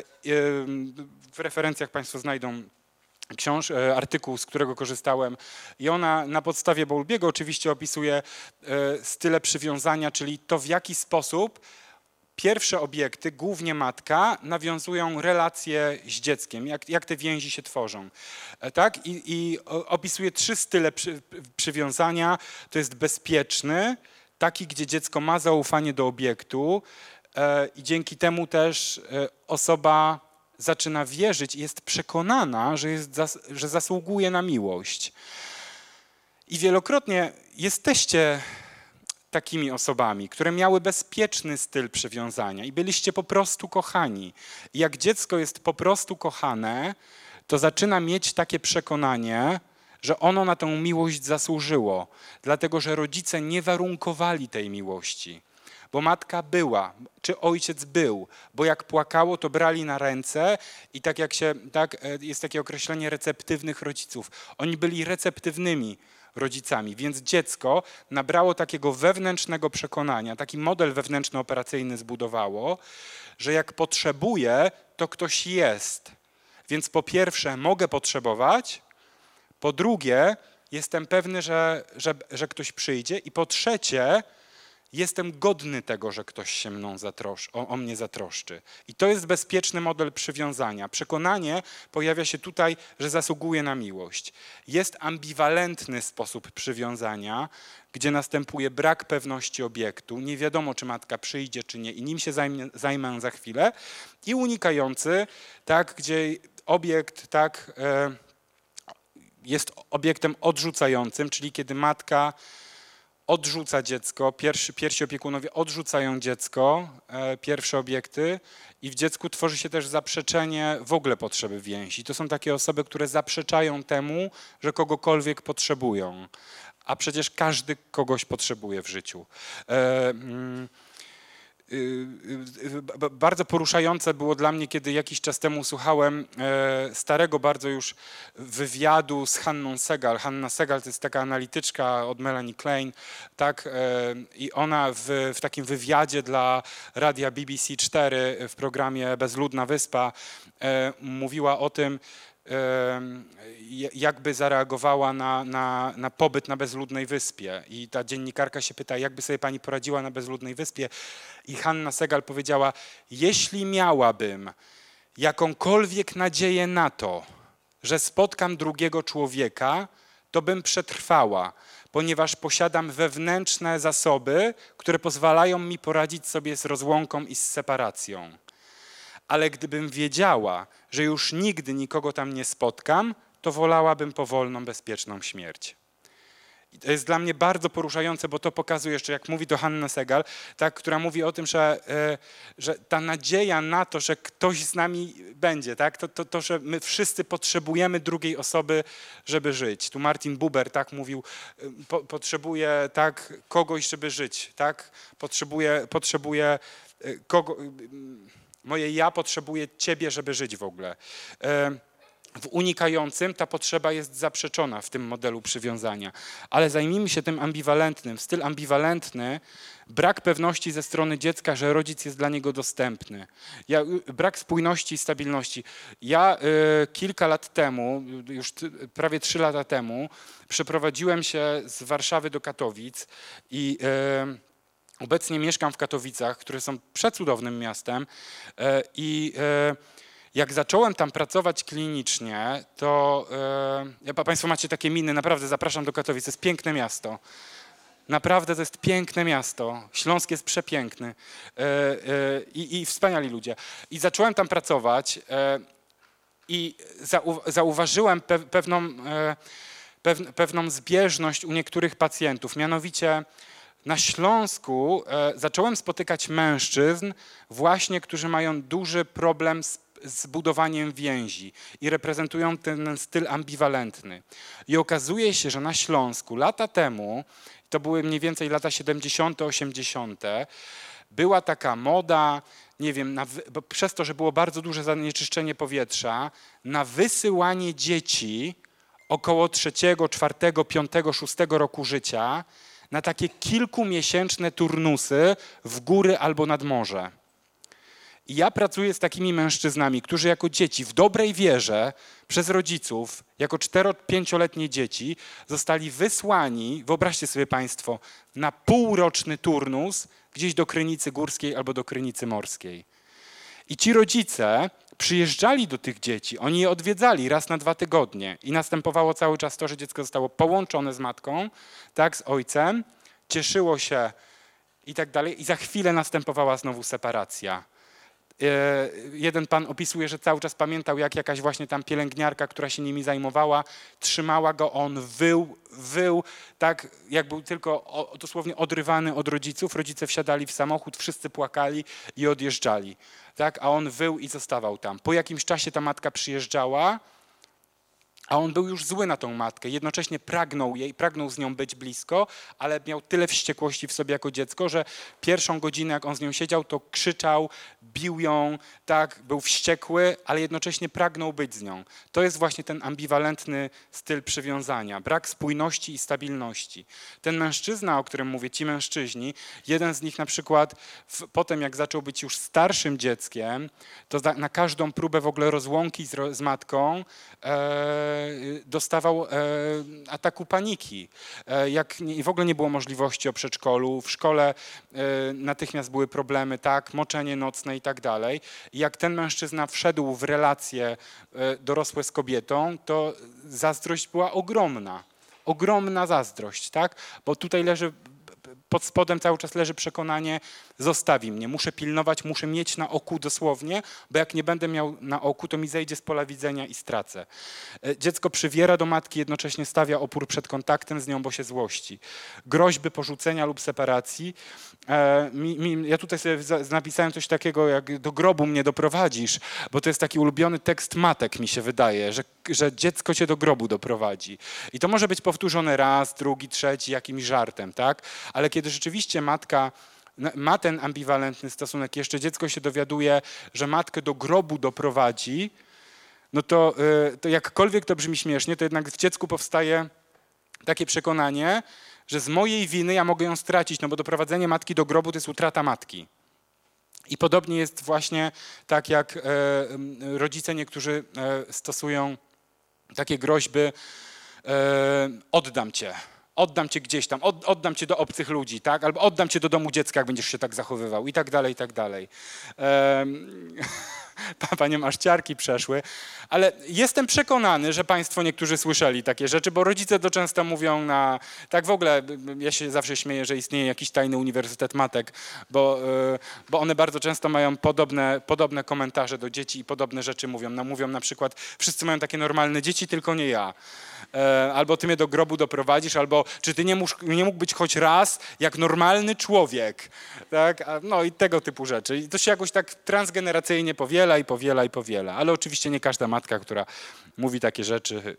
w referencjach Państwo znajdą książ, e, artykuł, z którego korzystałem i ona na podstawie Bowlbiego oczywiście opisuje e, style przywiązania, czyli to, w jaki sposób pierwsze obiekty, głównie matka, nawiązują relacje z dzieckiem, jak, jak te więzi się tworzą. Tak? I, i opisuje trzy style przy, przywiązania. To jest bezpieczny, taki, gdzie dziecko ma zaufanie do obiektu e, i dzięki temu też e, osoba zaczyna wierzyć i jest przekonana, że, jest zas, że zasługuje na miłość. I wielokrotnie jesteście takimi osobami, które miały bezpieczny styl przywiązania i byliście po prostu kochani. I jak dziecko jest po prostu kochane, to zaczyna mieć takie przekonanie, że ono na tę miłość zasłużyło, dlatego że rodzice nie warunkowali tej miłości. Bo matka była, czy ojciec był, bo jak płakało, to brali na ręce i tak jak się, tak, jest takie określenie receptywnych rodziców. Oni byli receptywnymi rodzicami, więc dziecko nabrało takiego wewnętrznego przekonania, taki model wewnętrzno-operacyjny zbudowało, że jak potrzebuje, to ktoś jest. Więc po pierwsze mogę potrzebować, po drugie jestem pewny, że, że, że ktoś przyjdzie i po trzecie jestem godny tego, że ktoś się mną zatrosz, o, o mnie zatroszczy. I to jest bezpieczny model przywiązania. Przekonanie pojawia się tutaj, że zasługuje na miłość. Jest ambiwalentny sposób przywiązania, gdzie następuje brak pewności obiektu. Nie wiadomo, czy matka przyjdzie, czy nie i nim się zajmę, zajmę za chwilę. I unikający, tak, gdzie obiekt tak, e, jest obiektem odrzucającym, czyli kiedy matka odrzuca dziecko, pierwszy, pierwsi opiekunowie odrzucają dziecko, e, pierwsze obiekty i w dziecku tworzy się też zaprzeczenie w ogóle potrzeby więzi. To są takie osoby, które zaprzeczają temu, że kogokolwiek potrzebują, a przecież każdy kogoś potrzebuje w życiu. E, mm, Bardzo poruszające było dla mnie, kiedy jakiś czas temu słuchałem starego bardzo już wywiadu z Hanną Segal. Hanna Segal to jest taka analityczka od Melanie Klein, tak? I ona w, w takim wywiadzie dla radia B B C cztery w programie Bezludna Wyspa mówiła o tym, jakby zareagowała na, na, na pobyt na bezludnej wyspie. I ta dziennikarka się pyta, jakby sobie pani poradziła na bezludnej wyspie. I Hanna Segal powiedziała, jeśli miałabym jakąkolwiek nadzieję na to, że spotkam drugiego człowieka, to bym przetrwała, ponieważ posiadam wewnętrzne zasoby, które pozwalają mi poradzić sobie z rozłąką i z separacją. Ale gdybym wiedziała, że już nigdy nikogo tam nie spotkam, to wolałabym powolną, bezpieczną śmierć. I to jest dla mnie bardzo poruszające, bo to pokazuje jeszcze, jak mówi to Hanna Segal, tak, która mówi o tym, że, że ta nadzieja na to, że ktoś z nami będzie, tak, to, to, to, że my wszyscy potrzebujemy drugiej osoby, żeby żyć. Tu Martin Buber tak mówił, po, potrzebuje tak, kogoś, żeby żyć, tak, potrzebuje, potrzebuje kogo... Moje ja potrzebuje ciebie, żeby żyć w ogóle. W unikającym ta potrzeba jest zaprzeczona w tym modelu przywiązania. Ale zajmijmy się tym ambiwalentnym. Styl ambiwalentny, brak pewności ze strony dziecka, że rodzic jest dla niego dostępny. Ja, brak spójności i stabilności. Ja y, kilka lat temu, już t, prawie trzy lata temu, przeprowadziłem się z Warszawy do Katowic i y, obecnie mieszkam w Katowicach, które są przecudownym miastem i jak zacząłem tam pracować klinicznie, to ja, Państwo macie takie miny, naprawdę zapraszam do Katowic, to jest piękne miasto. Naprawdę to jest piękne miasto, Śląsk jest przepiękny i, i wspaniali ludzie. I zacząłem tam pracować i zau, zauważyłem pe, pewną, pe, pewną zbieżność u niektórych pacjentów, mianowicie na Śląsku e, zacząłem spotykać mężczyzn właśnie, którzy mają duży problem z, z budowaniem więzi i reprezentują ten styl ambiwalentny. I okazuje się, że na Śląsku lata temu, to były mniej więcej lata siedemdziesiąte, osiemdziesiąte, była taka moda, nie wiem, na, bo przez to, że było bardzo duże zanieczyszczenie powietrza, na wysyłanie dzieci około trzeciego, czwartego, piątego, szóstego roku życia na takie kilkumiesięczne turnusy w góry albo nad morze. I ja pracuję z takimi mężczyznami, którzy jako dzieci w dobrej wierze przez rodziców, jako cztero-pięcioletnie dzieci zostali wysłani, wyobraźcie sobie państwo, na półroczny turnus gdzieś do Krynicy Górskiej albo do Krynicy Morskiej. I ci rodzice przyjeżdżali do tych dzieci, oni je odwiedzali raz na dwa tygodnie i następowało cały czas to, że dziecko zostało połączone z matką, tak, z ojcem, cieszyło się i tak dalej i za chwilę następowała znowu separacja. Jeden pan opisuje, że cały czas pamiętał, jak jakaś właśnie tam pielęgniarka, która się nimi zajmowała, trzymała go, on wył, wył, tak jak był tylko o, dosłownie odrywany od rodziców. Rodzice wsiadali w samochód, wszyscy płakali i odjeżdżali, tak, a on wył i zostawał tam. Po jakimś czasie ta matka przyjeżdżała, a on był już zły na tą matkę, jednocześnie pragnął jej, pragnął z nią być blisko, ale miał tyle wściekłości w sobie jako dziecko, że pierwszą godzinę, jak on z nią siedział, to krzyczał, bił ją, tak, był wściekły, ale jednocześnie pragnął być z nią. To jest właśnie ten ambiwalentny styl przywiązania, brak spójności i stabilności. Ten mężczyzna, o którym mówię, ci mężczyźni, jeden z nich na przykład w, potem, jak zaczął być już starszym dzieckiem, to na każdą próbę w ogóle rozłąki z, z matką e, dostawał e, ataku paniki. E, jak nie, w ogóle nie było możliwości o przedszkolu, w szkole e, natychmiast były problemy, tak, moczenie nocne i tak dalej. I jak ten mężczyzna wszedł w relacje e, dorosłe z kobietą, to zazdrość była ogromna. Ogromna zazdrość, tak? Bo tutaj leży, pod spodem cały czas leży przekonanie, zostawi mnie, muszę pilnować, muszę mieć na oku dosłownie, bo jak nie będę miał na oku, to mi zejdzie z pola widzenia i stracę. Dziecko przywiera do matki, jednocześnie stawia opór przed kontaktem z nią, bo się złości. Groźby porzucenia lub separacji. E, mi, mi, ja tutaj sobie napisałem coś takiego, jak do grobu mnie doprowadzisz, bo to jest taki ulubiony tekst matek, mi się wydaje, że, że dziecko cię do grobu doprowadzi. I to może być powtórzone raz, drugi, trzeci, jakimś żartem, tak? Ale kiedy rzeczywiście matka ma ten ambiwalentny stosunek, jeszcze dziecko się dowiaduje, że matkę do grobu doprowadzi, no to, to jakkolwiek to brzmi śmiesznie, to jednak w dziecku powstaje takie przekonanie, że z mojej winy ja mogę ją stracić, no bo doprowadzenie matki do grobu to jest utrata matki. I podobnie jest właśnie tak, jak rodzice niektórzy stosują takie groźby, oddam cię. Oddam cię gdzieś tam, od, oddam cię do obcych ludzi, tak? Albo oddam cię do domu dziecka, jak będziesz się tak zachowywał i tak dalej, i tak dalej. Um, Panią aż ciarki przeszły, ale jestem przekonany, że państwo niektórzy słyszeli takie rzeczy, bo rodzice to często mówią na, tak w ogóle, ja się zawsze śmieję, że istnieje jakiś tajny uniwersytet matek, bo, bo one bardzo często mają podobne, podobne komentarze do dzieci i podobne rzeczy mówią. No, mówią na przykład, wszyscy mają takie normalne dzieci, tylko nie ja. Albo ty mnie do grobu doprowadzisz, albo czy ty nie, mógł, nie mógł być choć raz jak normalny człowiek, tak? No i tego typu rzeczy. I to się jakoś tak transgeneracyjnie powiela i powiela i powiela, ale oczywiście nie każda matka, która mówi takie rzeczy,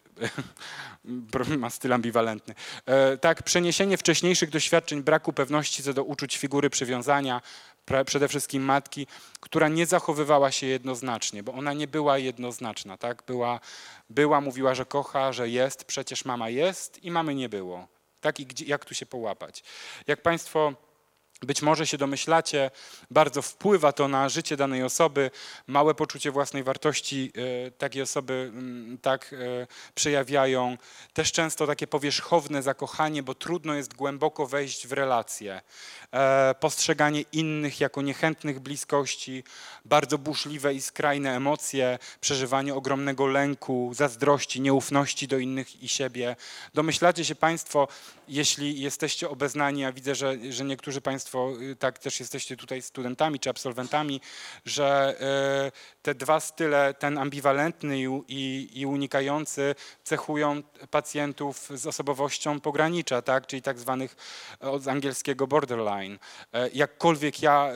ma styl ambiwalentny. Tak, przeniesienie wcześniejszych doświadczeń braku pewności co do uczuć figury przywiązania, przede wszystkim matki, która nie zachowywała się jednoznacznie, bo ona nie była jednoznaczna, tak? Była, była, mówiła, że kocha, że jest, przecież mama jest i mamy nie było. Tak? I gdzie, jak tu się połapać? Jak państwo być może się domyślacie, bardzo wpływa to na życie danej osoby, małe poczucie własnej wartości e, takiej osoby m, tak e, przejawiają. Też często takie powierzchowne zakochanie, bo trudno jest głęboko wejść w relacje. E, postrzeganie innych jako niechętnych bliskości, bardzo burzliwe i skrajne emocje, przeżywanie ogromnego lęku, zazdrości, nieufności do innych i siebie. Domyślacie się państwo, jeśli jesteście obeznani, a widzę, że, że niektórzy państwo Państwo tak też jesteście tutaj studentami czy absolwentami, że te dwa style, ten ambiwalentny i, i unikający, cechują pacjentów z osobowością pogranicza, tak? Czyli tak zwanych od angielskiego borderline. Jakkolwiek ja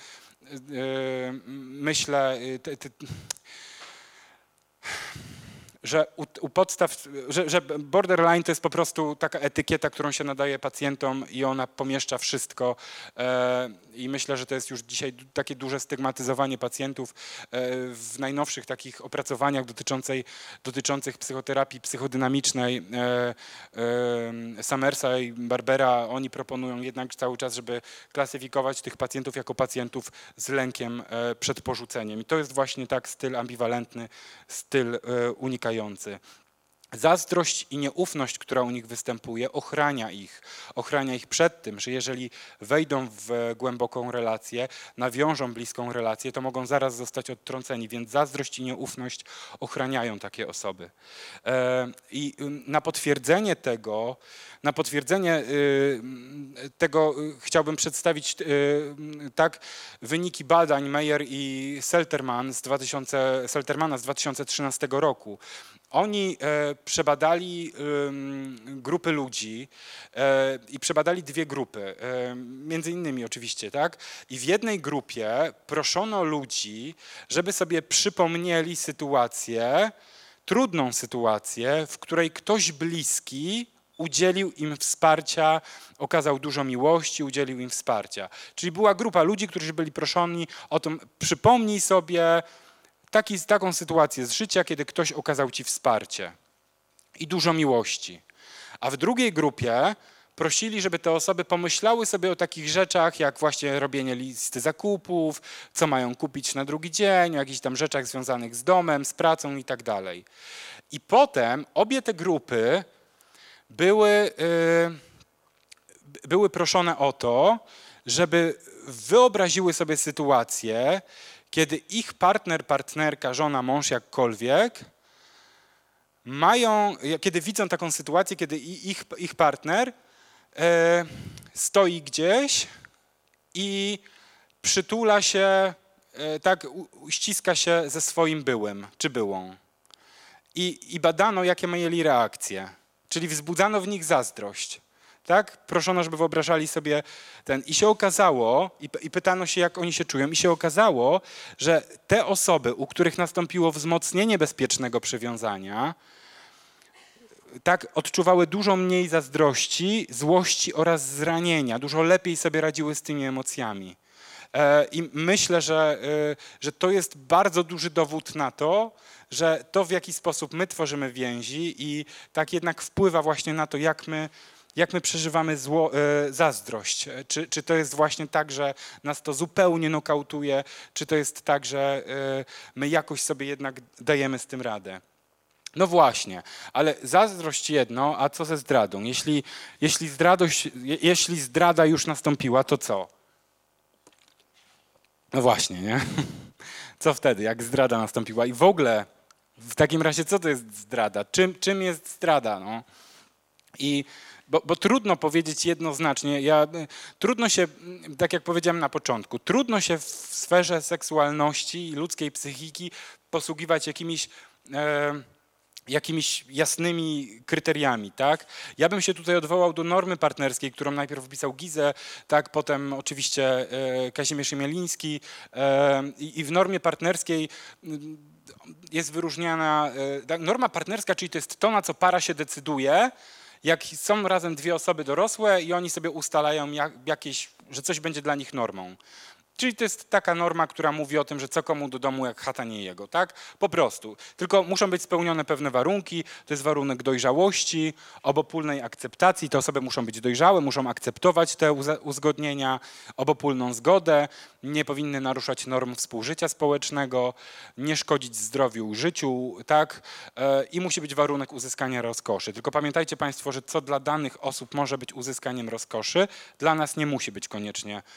myślę, te, te, że u, u podstaw, że, że borderline to jest po prostu taka etykieta, którą się nadaje pacjentom i ona pomieszcza wszystko e, i myślę, że to jest już dzisiaj takie duże stygmatyzowanie pacjentów e, w najnowszych takich opracowaniach dotyczącej, dotyczących psychoterapii psychodynamicznej e, e, Summersa i Barbera. Oni proponują jednak cały czas, żeby klasyfikować tych pacjentów jako pacjentów z lękiem e, przed porzuceniem i to jest właśnie tak styl ambiwalentny, styl e, unikający. Zazdrość i nieufność, która u nich występuje, ochrania ich. Ochrania ich przed tym, że jeżeli wejdą w głęboką relację, nawiążą bliską relację, to mogą zaraz zostać odtrąceni, więc zazdrość i nieufność ochraniają takie osoby. I na potwierdzenie tego, na potwierdzenie tego chciałbym przedstawić tak wyniki badań Meyer i Selterman z dwa tysiące, Seltermana z dwa tysiące trzynastego roku. Oni e, przebadali e, grupy ludzi e, i przebadali dwie grupy, e, między innymi oczywiście, tak? I w jednej grupie proszono ludzi, żeby sobie przypomnieli sytuację, trudną sytuację, w której ktoś bliski udzielił im wsparcia, okazał dużo miłości, udzielił im wsparcia. Czyli była grupa ludzi, którzy byli proszeni o to, przypomnij sobie, Taki, taką sytuację z życia, kiedy ktoś okazał ci wsparcie i dużo miłości. A w drugiej grupie prosili, żeby te osoby pomyślały sobie o takich rzeczach, jak właśnie robienie listy zakupów, co mają kupić na drugi dzień, o jakichś tam rzeczach związanych z domem, z pracą i tak dalej. I potem obie te grupy były, yy, były proszone o to, żeby wyobraziły sobie sytuację, kiedy ich partner, partnerka, żona, mąż, jakkolwiek, mają, kiedy widzą taką sytuację, kiedy ich, ich partner e, stoi gdzieś i przytula się, e, tak ściska się ze swoim byłym czy byłą. I, i badano, jakie mieli reakcje, czyli wzbudzano w nich zazdrość. Tak? Proszono, żeby wyobrażali sobie ten. I się okazało, i, i pytano się, jak oni się czują, i się okazało, że te osoby, u których nastąpiło wzmocnienie bezpiecznego przywiązania, tak odczuwały dużo mniej zazdrości, złości oraz zranienia, dużo lepiej sobie radziły z tymi emocjami. E, I myślę, że, e, że to jest bardzo duży dowód na to, że to, w jaki sposób my tworzymy więzi i tak jednak wpływa właśnie na to, jak my Jak my przeżywamy zło, e, zazdrość? Czy, czy to jest właśnie tak, że nas to zupełnie nokautuje, czy to jest tak, że e, my jakoś sobie jednak dajemy z tym radę? No właśnie, ale zazdrość jedno, a co ze zdradą? Jeśli, jeśli, zdradość, jeśli zdrada już nastąpiła, to co? No właśnie, nie? Co wtedy, jak zdrada nastąpiła? I w ogóle, w takim razie, co to jest zdrada? Czym, czym jest zdrada? No? I Bo, bo trudno powiedzieć jednoznacznie, ja, trudno się, tak jak powiedziałem na początku, trudno się w sferze seksualności i ludzkiej psychiki posługiwać jakimiś, e, jakimiś jasnymi kryteriami, tak? Ja bym się tutaj odwołał do normy partnerskiej, którą najpierw wpisał Gizę, tak, potem oczywiście e, Kazimierz Jemieliński e, i, i w normie partnerskiej jest wyróżniana, e, norma partnerska, czyli to jest to, na co para się decyduje, jak są razem dwie osoby dorosłe i oni sobie ustalają jak, jakieś, że coś będzie dla nich normą. Czyli to jest taka norma, która mówi o tym, że co komu do domu, jak chata nie jego, tak? Po prostu. Tylko muszą być spełnione pewne warunki. To jest warunek dojrzałości, obopólnej akceptacji. Te osoby muszą być dojrzałe, muszą akceptować te uzgodnienia, obopólną zgodę, nie powinny naruszać norm współżycia społecznego, nie szkodzić zdrowiu i życiu, tak? I musi być warunek uzyskania rozkoszy. Tylko pamiętajcie Państwo, że co dla danych osób może być uzyskaniem rozkoszy, dla nas nie musi być koniecznie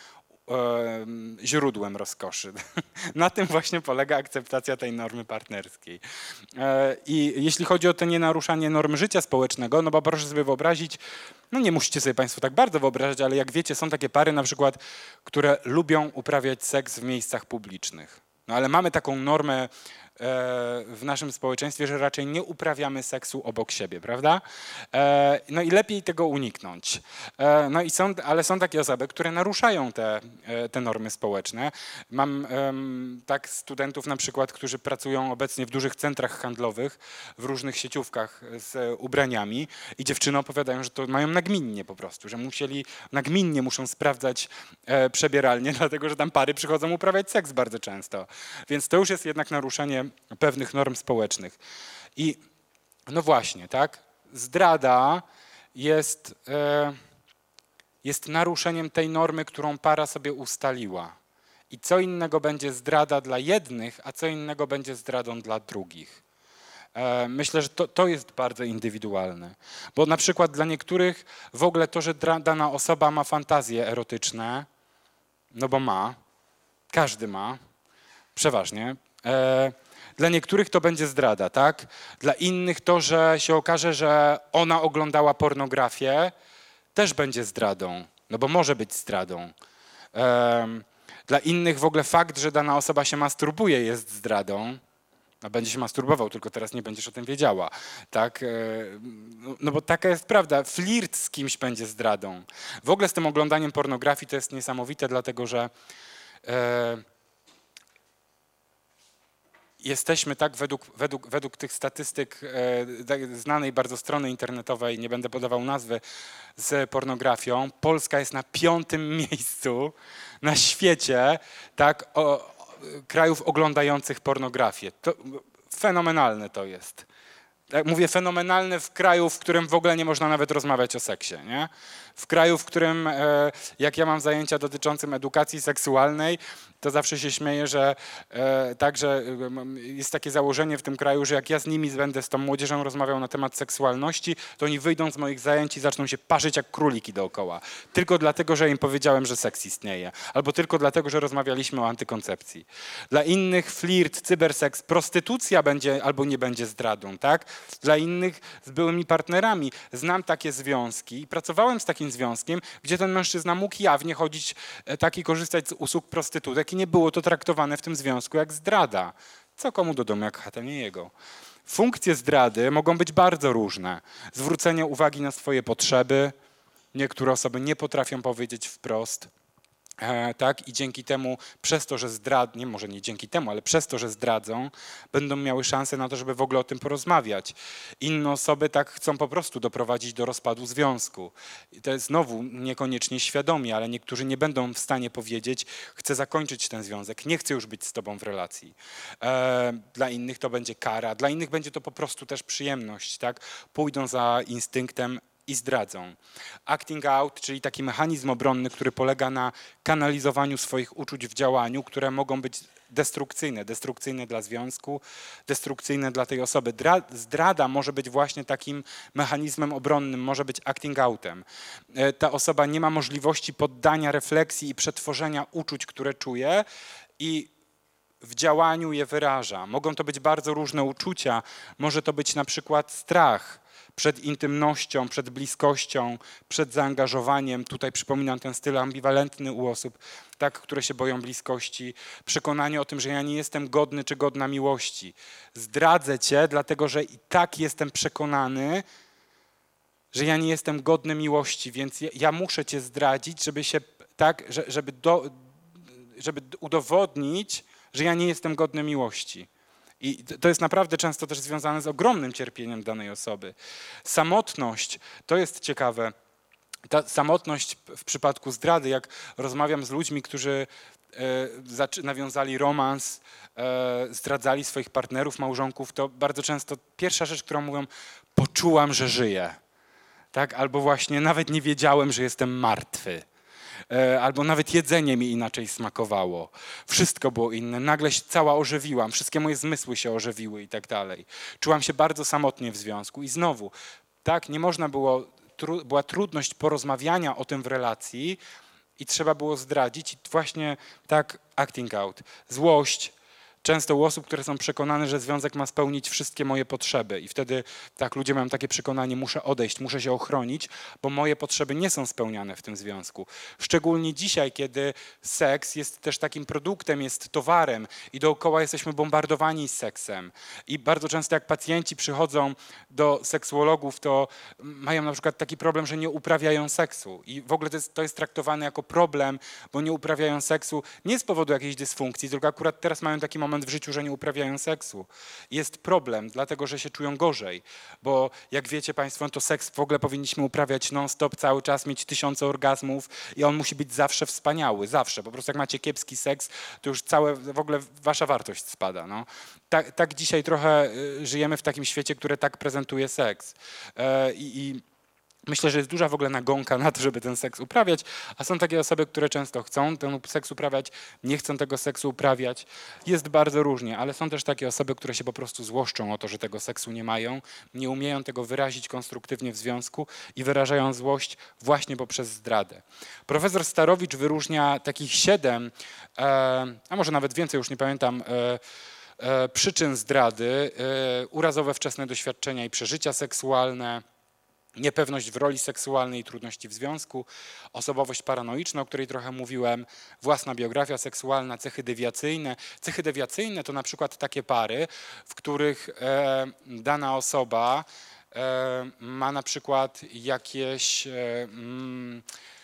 źródłem rozkoszy. Na tym właśnie polega akceptacja tej normy partnerskiej. I jeśli chodzi o to nienaruszanie norm życia społecznego, no bo proszę sobie wyobrazić, no nie musicie sobie Państwo tak bardzo wyobrażać, ale jak wiecie, są takie pary na przykład, które lubią uprawiać seks w miejscach publicznych. No ale mamy taką normę w naszym społeczeństwie, że raczej nie uprawiamy seksu obok siebie, prawda? No i lepiej tego uniknąć. No i są, ale są takie osoby, które naruszają te, te normy społeczne. Mam tak studentów na przykład, którzy pracują obecnie w dużych centrach handlowych, w różnych sieciówkach z ubraniami i dziewczyny opowiadają, że to mają nagminnie po prostu, że musieli, nagminnie muszą sprawdzać przebieralnie, dlatego że tam pary przychodzą uprawiać seks bardzo często. Więc to już jest jednak naruszenie pewnych norm społecznych. I no właśnie, tak, zdrada jest, e, jest naruszeniem tej normy, którą para sobie ustaliła. I co innego będzie zdrada dla jednych, a co innego będzie zdradą dla drugich. E, myślę, że to, to jest bardzo indywidualne. Bo na przykład dla niektórych w ogóle to, że dana osoba ma fantazje erotyczne, no bo ma, każdy ma, przeważnie, e, dla niektórych to będzie zdrada, tak? Dla innych to, że się okaże, że ona oglądała pornografię, też będzie zdradą, no bo może być zdradą. Um, dla innych w ogóle fakt, że dana osoba się masturbuje, jest zdradą. No będzie się masturbował, tylko teraz nie będziesz o tym wiedziała, tak? No, no bo taka jest prawda, flirt z kimś będzie zdradą. W ogóle z tym oglądaniem pornografii to jest niesamowite, dlatego że e, jesteśmy tak według, według, według tych statystyk e, znanej bardzo strony internetowej, nie będę podawał nazwy, z pornografią, Polska jest na piątym miejscu na świecie, tak, o, o, krajów oglądających pornografię. To, fenomenalne to jest. Tak, mówię fenomenalne w kraju, w którym w ogóle nie można nawet rozmawiać o seksie, nie? W kraju, w którym e, jak ja mam zajęcia dotyczącym edukacji seksualnej, to zawsze się śmieję, że e, także jest takie założenie w tym kraju, że jak ja z nimi będę, z tą młodzieżą rozmawiał na temat seksualności, to oni wyjdą z moich zajęć i zaczną się parzyć jak króliki dookoła. Tylko dlatego, że im powiedziałem, że seks istnieje. Albo tylko dlatego, że rozmawialiśmy o antykoncepcji. Dla innych flirt, cyberseks, prostytucja będzie albo nie będzie zdradą, tak? Dla innych z byłymi partnerami. Znam takie związki i pracowałem z takim związkiem, gdzie ten mężczyzna mógł jawnie chodzić tak i korzystać z usług prostytutek i nie było to traktowane w tym związku jak zdrada. Co komu do domu jak chata nie jego. Funkcje zdrady mogą być bardzo różne. Zwrócenie uwagi na swoje potrzeby. Niektóre osoby nie potrafią powiedzieć wprost. E, tak? I dzięki temu, przez to, że zdradnie, może nie dzięki temu, ale przez to, że zdradzą, będą miały szansę na to, żeby w ogóle o tym porozmawiać. Inne osoby tak chcą po prostu doprowadzić do rozpadu związku. I to jest znowu niekoniecznie świadomie, ale niektórzy nie będą w stanie powiedzieć, chcę zakończyć ten związek, nie chcę już być z tobą w relacji. E, dla innych to będzie kara, dla innych będzie to po prostu też przyjemność, tak? Pójdą za instynktem i zdradzą. Acting out, czyli taki mechanizm obronny, który polega na kanalizowaniu swoich uczuć w działaniu, które mogą być destrukcyjne. Destrukcyjne dla związku, destrukcyjne dla tej osoby. Zdrada może być właśnie takim mechanizmem obronnym, może być acting outem. Ta osoba nie ma możliwości poddania refleksji i przetworzenia uczuć, które czuje i w działaniu je wyraża. Mogą to być bardzo różne uczucia. Może to być na przykład strach przed intymnością, przed bliskością, przed zaangażowaniem. Tutaj przypominam ten styl ambiwalentny u osób, tak, które się boją bliskości. Przekonanie o tym, że ja nie jestem godny czy godna miłości. Zdradzę cię, dlatego że i tak jestem przekonany, że ja nie jestem godny miłości, więc ja, ja muszę cię zdradzić, żeby się tak, żeby, do, żeby udowodnić, że ja nie jestem godny miłości. I to jest naprawdę często też związane z ogromnym cierpieniem danej osoby. Samotność, to jest ciekawe. Ta samotność w przypadku zdrady, jak rozmawiam z ludźmi, którzy e, nawiązali romans, e, zdradzali swoich partnerów, małżonków, to bardzo często pierwsza rzecz, którą mówią, poczułam, że żyję. Tak? Albo właśnie nawet nie wiedziałem, że jestem martwy. Albo nawet jedzenie mi inaczej smakowało. Wszystko było inne. Nagle się cała ożywiłam, wszystkie moje zmysły się ożywiły i tak dalej. Czułam się bardzo samotnie w związku i znowu, tak, nie można było, tru, była trudność porozmawiania o tym w relacji, i trzeba było zdradzić i właśnie tak acting out. Złość, często u osób, które są przekonane, że związek ma spełnić wszystkie moje potrzeby i wtedy tak ludzie mają takie przekonanie, muszę odejść, muszę się ochronić, bo moje potrzeby nie są spełniane w tym związku. Szczególnie dzisiaj, kiedy seks jest też takim produktem, jest towarem i dookoła jesteśmy bombardowani seksem. I bardzo często jak pacjenci przychodzą do seksuologów, to mają na przykład taki problem, że nie uprawiają seksu i w ogóle to jest, to jest traktowane jako problem, bo nie uprawiają seksu nie z powodu jakiejś dysfunkcji, tylko akurat teraz mają taki moment w życiu, że nie uprawiają seksu. Jest problem, dlatego że się czują gorzej, bo jak wiecie Państwo, to seks w ogóle powinniśmy uprawiać non-stop, cały czas, mieć tysiące orgazmów i on musi być zawsze wspaniały, zawsze. Po prostu jak macie kiepski seks, to już całe, w ogóle wasza wartość spada. No. Tak, tak dzisiaj trochę żyjemy w takim świecie, który tak prezentuje seks. E, i, i Myślę, że jest duża w ogóle nagonka na to, żeby ten seks uprawiać, a są takie osoby, które często chcą ten seks uprawiać, nie chcą tego seksu uprawiać. Jest bardzo różnie, ale są też takie osoby, które się po prostu złoszczą o to, że tego seksu nie mają, nie umieją tego wyrazić konstruktywnie w związku i wyrażają złość właśnie poprzez zdradę. Profesor Starowicz wyróżnia takich siedem, e, a może nawet więcej, już nie pamiętam, e, e, przyczyn zdrady, e, urazowe wczesne doświadczenia i przeżycia seksualne, niepewność w roli seksualnej i trudności w związku, osobowość paranoiczna, o której trochę mówiłem, własna biografia seksualna, cechy dewiacyjne. Cechy dewiacyjne to na przykład takie pary, w których e, dana osoba e, ma na przykład jakieś e, mm,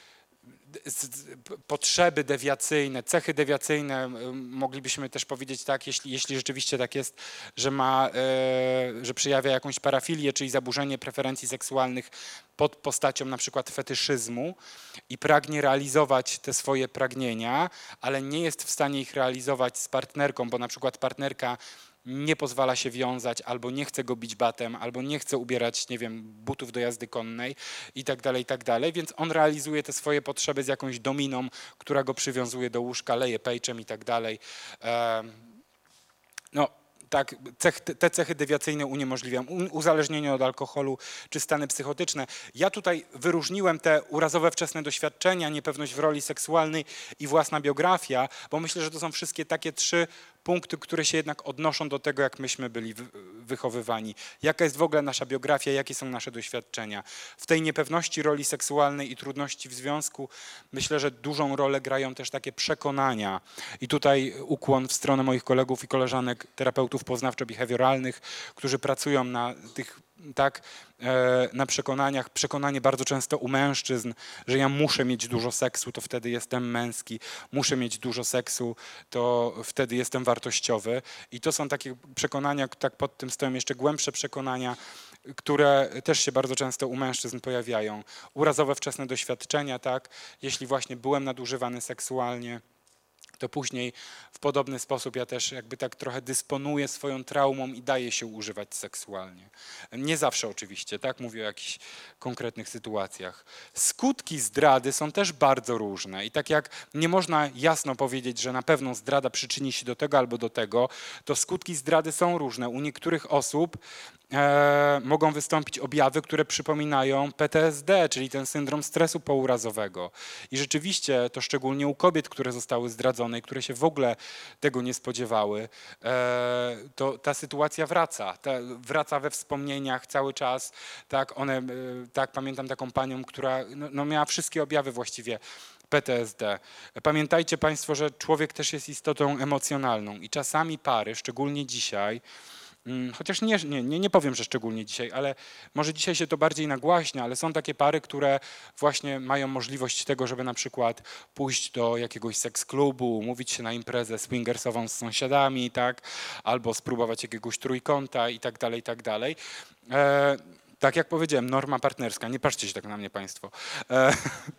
potrzeby dewiacyjne, cechy dewiacyjne, moglibyśmy też powiedzieć tak, jeśli, jeśli rzeczywiście tak jest, że ma, e, że przejawia jakąś parafilię, czyli zaburzenie preferencji seksualnych pod postacią na przykład fetyszyzmu i pragnie realizować te swoje pragnienia, ale nie jest w stanie ich realizować z partnerką, bo na przykład partnerka nie pozwala się wiązać, albo nie chce go bić batem, albo nie chce ubierać, nie wiem, butów do jazdy konnej i tak dalej, i tak dalej, więc on realizuje te swoje potrzeby z jakąś dominą, która go przywiązuje do łóżka, leje pejczem i tak dalej. No, tak, cech, te cechy dewiacyjne uniemożliwiają uzależnienie od alkoholu czy stany psychotyczne. Ja tutaj wyróżniłem te urazowe wczesne doświadczenia, niepewność w roli seksualnej i własna biografia, bo myślę, że to są wszystkie takie trzy punkty, które się jednak odnoszą do tego, jak myśmy byli wychowywani. Jaka jest w ogóle nasza biografia, jakie są nasze doświadczenia. W tej niepewności roli seksualnej i trudności w związku myślę, że dużą rolę grają też takie przekonania. I tutaj ukłon w stronę moich kolegów i koleżanek, terapeutów poznawczo-behawioralnych, którzy pracują na tych tak, na przekonaniach, przekonanie bardzo często u mężczyzn, że ja muszę mieć dużo seksu, to wtedy jestem męski, muszę mieć dużo seksu, to wtedy jestem wartościowy. I to są takie przekonania, tak pod tym stoją jeszcze głębsze przekonania, które też się bardzo często u mężczyzn pojawiają. Urazowe wczesne doświadczenia, tak, jeśli właśnie byłem nadużywany seksualnie, to później w podobny sposób ja też jakby tak trochę dysponuję swoją traumą i daję się używać seksualnie. Nie zawsze oczywiście, tak? Mówię o jakichś konkretnych sytuacjach. Skutki zdrady są też bardzo różne i tak jak nie można jasno powiedzieć, że na pewno zdrada przyczyni się do tego albo do tego, to skutki zdrady są różne. U niektórych osób e, mogą wystąpić objawy, które przypominają P T S D, czyli ten syndrom stresu pourazowego. I rzeczywiście to szczególnie u kobiet, które zostały zdradzone, które się w ogóle tego nie spodziewały, to ta sytuacja wraca, ta, wraca we wspomnieniach cały czas, tak, one, tak, pamiętam taką panią, która no, no miała wszystkie objawy właściwie P T S D. Pamiętajcie Państwo, że człowiek też jest istotą emocjonalną i czasami pary, szczególnie dzisiaj, chociaż nie, nie, nie powiem, że szczególnie dzisiaj, ale może dzisiaj się to bardziej nagłaśnia, ale są takie pary, które właśnie mają możliwość tego, żeby na przykład pójść do jakiegoś seks-klubu, umówić się na imprezę swingersową z sąsiadami, tak, albo spróbować jakiegoś trójkąta i tak dalej, i tak dalej. E Tak jak powiedziałem, norma partnerska, nie patrzcie się tak na mnie Państwo. E,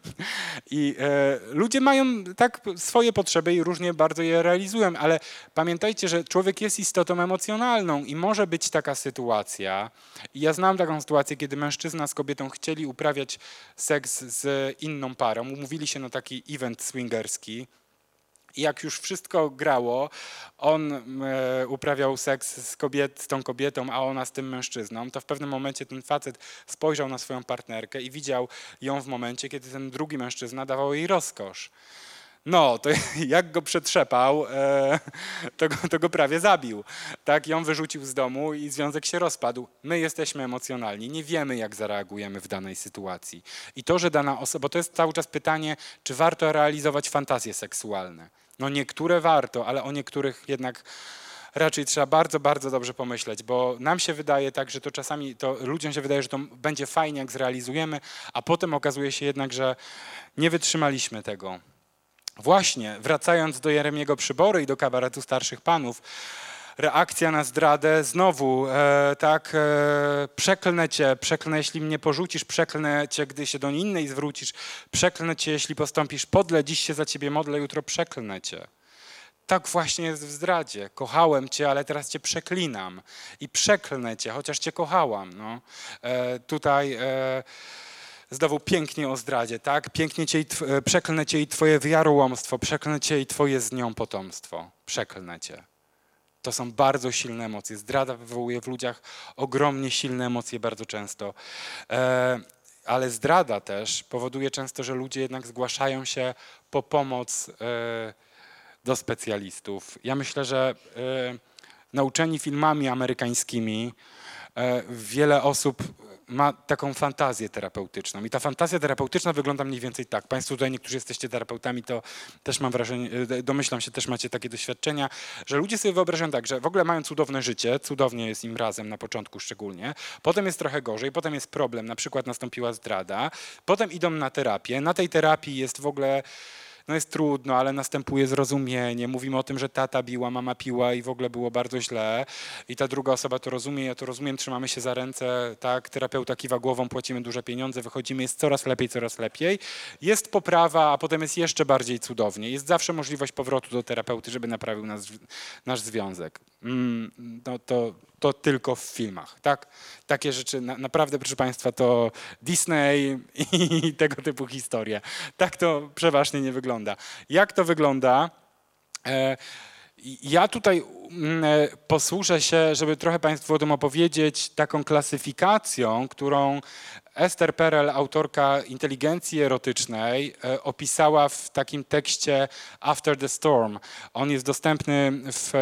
I e, ludzie mają tak swoje potrzeby i różnie bardzo je realizują, ale pamiętajcie, że człowiek jest istotą emocjonalną i może być taka sytuacja. I ja znam taką sytuację, kiedy mężczyzna z kobietą chcieli uprawiać seks z inną parą, umówili się na taki event swingerski. I jak już wszystko grało, on e, uprawiał seks z, kobiet, z tą kobietą, a ona z tym mężczyzną, to w pewnym momencie ten facet spojrzał na swoją partnerkę i widział ją w momencie, kiedy ten drugi mężczyzna dawał jej rozkosz. No, to jak go przetrzepał, e, to, go, to go prawie zabił. Tak, ją wyrzucił z domu i związek się rozpadł. My jesteśmy emocjonalni, nie wiemy, jak zareagujemy w danej sytuacji. I to, że dana osoba, bo to jest cały czas pytanie, czy warto realizować fantazje seksualne. No niektóre warto, ale o niektórych jednak raczej trzeba bardzo, bardzo dobrze pomyśleć, bo nam się wydaje tak, że to czasami, to ludziom się wydaje, że to będzie fajnie, jak zrealizujemy, a potem okazuje się jednak, że nie wytrzymaliśmy tego. Właśnie, wracając do Jeremiego Przybory i do kabaretu starszych panów, reakcja na zdradę znowu, e, tak, e, przeklnę cię, przeklnę, jeśli mnie porzucisz, przeklnę cię, gdy się do innej zwrócisz, przeklnę cię, jeśli postąpisz podle, dziś się za ciebie modlę, jutro przeklnę cię. Tak właśnie jest w zdradzie. Kochałem cię, ale teraz cię przeklinam i przeklnę cię, chociaż cię kochałam. No. E, tutaj... E, Znowu pięknie o zdradzie, tak? Pięknie cię i tw- przeklnę cię i twoje wiarołomstwo, przeklnę cię i twoje z nią potomstwo. Przeklnę cię. To są bardzo silne emocje. Zdrada wywołuje w ludziach ogromnie silne emocje bardzo często. E, ale zdrada też powoduje często, że ludzie jednak zgłaszają się po pomoc e, do specjalistów. Ja myślę, że e, nauczeni filmami amerykańskimi e, wiele osób ma taką fantazję terapeutyczną. I ta fantazja terapeutyczna wygląda mniej więcej tak. Państwo tutaj, niektórzy jesteście terapeutami, to też mam wrażenie, domyślam się, też macie takie doświadczenia, że ludzie sobie wyobrażają tak, że w ogóle mają cudowne życie, cudownie jest im razem na początku szczególnie, potem jest trochę gorzej, potem jest problem, na przykład nastąpiła zdrada, potem idą na terapię, na tej terapii jest w ogóle... No jest trudno, ale następuje zrozumienie. Mówimy o tym, że tata biła, mama piła i w ogóle było bardzo źle. I ta druga osoba to rozumie, ja to rozumiem, trzymamy się za ręce, tak, terapeuta kiwa głową, płacimy duże pieniądze, wychodzimy, jest coraz lepiej, coraz lepiej. Jest poprawa, a potem jest jeszcze bardziej cudownie. Jest zawsze możliwość powrotu do terapeuty, żeby naprawił nas, nasz związek. Mm, no to, to tylko w filmach, tak? Takie rzeczy, na, naprawdę, proszę Państwa, to Disney i tego typu historie. Tak to przeważnie nie wygląda. Jak to wygląda? E, ja tutaj mm, posłużę się, żeby trochę Państwu o tym opowiedzieć, taką klasyfikacją, którą Esther Perel, autorka Inteligencji Erotycznej, e, opisała w takim tekście After the Storm. On jest dostępny w,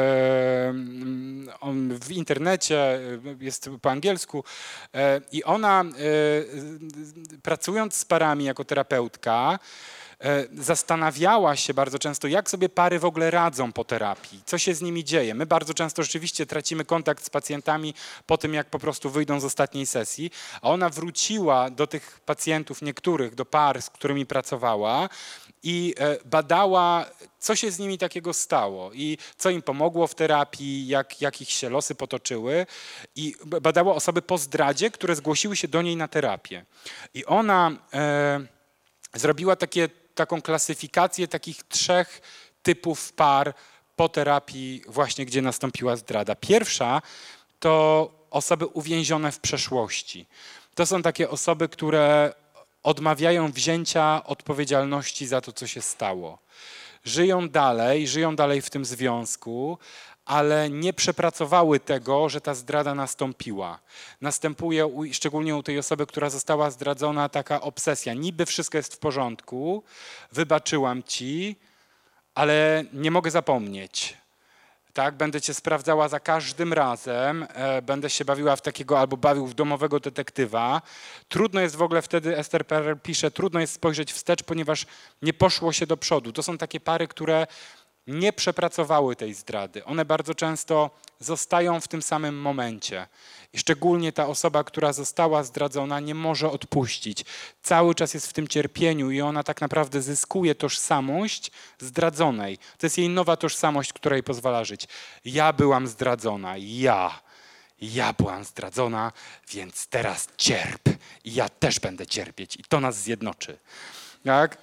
e, on w internecie, jest po angielsku e, i ona e, pracując z parami jako terapeutka, zastanawiała się bardzo często, jak sobie pary w ogóle radzą po terapii, co się z nimi dzieje. My bardzo często rzeczywiście tracimy kontakt z pacjentami po tym, jak po prostu wyjdą z ostatniej sesji, a ona wróciła do tych pacjentów, niektórych, do par, z którymi pracowała i badała, co się z nimi takiego stało i co im pomogło w terapii, jak, jak ich się losy potoczyły i badała osoby po zdradzie, które zgłosiły się do niej na terapię. I ona e, zrobiła takie taką klasyfikację takich trzech typów par po terapii właśnie, gdzie nastąpiła zdrada. Pierwsza to osoby uwięzione w przeszłości. To są takie osoby, które odmawiają wzięcia odpowiedzialności za to, co się stało. Żyją dalej, żyją dalej w tym związku, ale nie przepracowały tego, że ta zdrada nastąpiła. Następuje u, szczególnie u tej osoby, która została zdradzona, taka obsesja. Niby wszystko jest w porządku, wybaczyłam ci, ale nie mogę zapomnieć. Tak, będę cię sprawdzała za każdym razem, e, będę się bawiła w takiego albo bawił w domowego detektywa. Trudno jest w ogóle wtedy, Esther Perel pisze, trudno jest spojrzeć wstecz, ponieważ nie poszło się do przodu. To są takie pary, które nie przepracowały tej zdrady. One bardzo często zostają w tym samym momencie. I szczególnie ta osoba, która została zdradzona, nie może odpuścić. Cały czas jest w tym cierpieniu i ona tak naprawdę zyskuje tożsamość zdradzonej. To jest jej nowa tożsamość, która jej pozwala żyć. Ja byłam zdradzona, ja. Ja byłam zdradzona, więc teraz cierp. I ja też będę cierpieć. I to nas zjednoczy. Tak?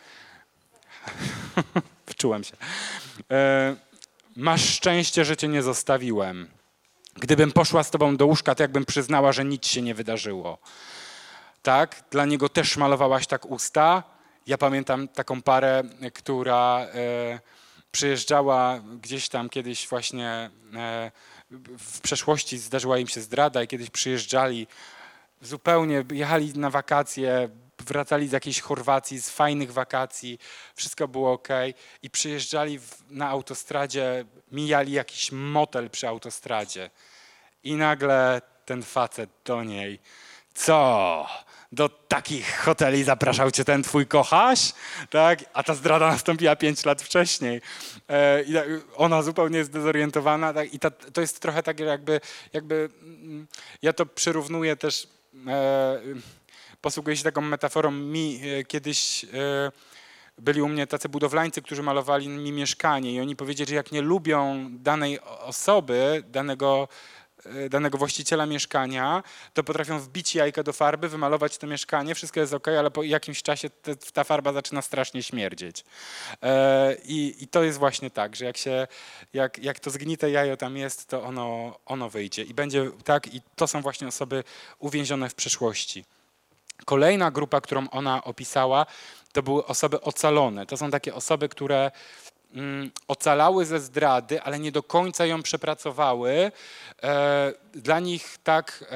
Wczułem się. E, masz szczęście, że cię nie zostawiłem. Gdybym poszła z tobą do łóżka, to jakbym przyznała, że nic się nie wydarzyło. Tak? Dla niego też malowałaś tak usta. Ja pamiętam taką parę, która e, przyjeżdżała gdzieś tam kiedyś właśnie, e, w przeszłości zdarzyła im się zdrada i kiedyś przyjeżdżali, zupełnie jechali na wakacje, wracali z jakiejś Chorwacji, z fajnych wakacji, wszystko było ok i przyjeżdżali w, na autostradzie, mijali jakiś motel przy autostradzie i nagle ten facet do niej: co? Do takich hoteli zapraszał cię ten twój kochaś? Tak? A ta zdrada nastąpiła pięć lat wcześniej. E, i ona zupełnie jest zdezorientowana. Tak? I ta, to jest trochę tak jakby, jakby, ja to przyrównuję też, e, posługuję się taką metaforą. Mi e, kiedyś e, byli u mnie tacy budowlańcy, którzy malowali mi mieszkanie i oni powiedzieli, że jak nie lubią danej osoby, danego danego właściciela mieszkania, to potrafią wbić jajka do farby, wymalować to mieszkanie, wszystko jest ok, ale po jakimś czasie te, ta farba zaczyna strasznie śmierdzieć. E, i, I to jest właśnie tak, że jak, się, jak, jak to zgnite jajo tam jest, to ono, ono wyjdzie. I będzie tak, i to są właśnie osoby uwięzione w przeszłości. Kolejna grupa, którą ona opisała, to były osoby ocalone. To są takie osoby, które ocalały ze zdrady, ale nie do końca ją przepracowały. Dla nich tak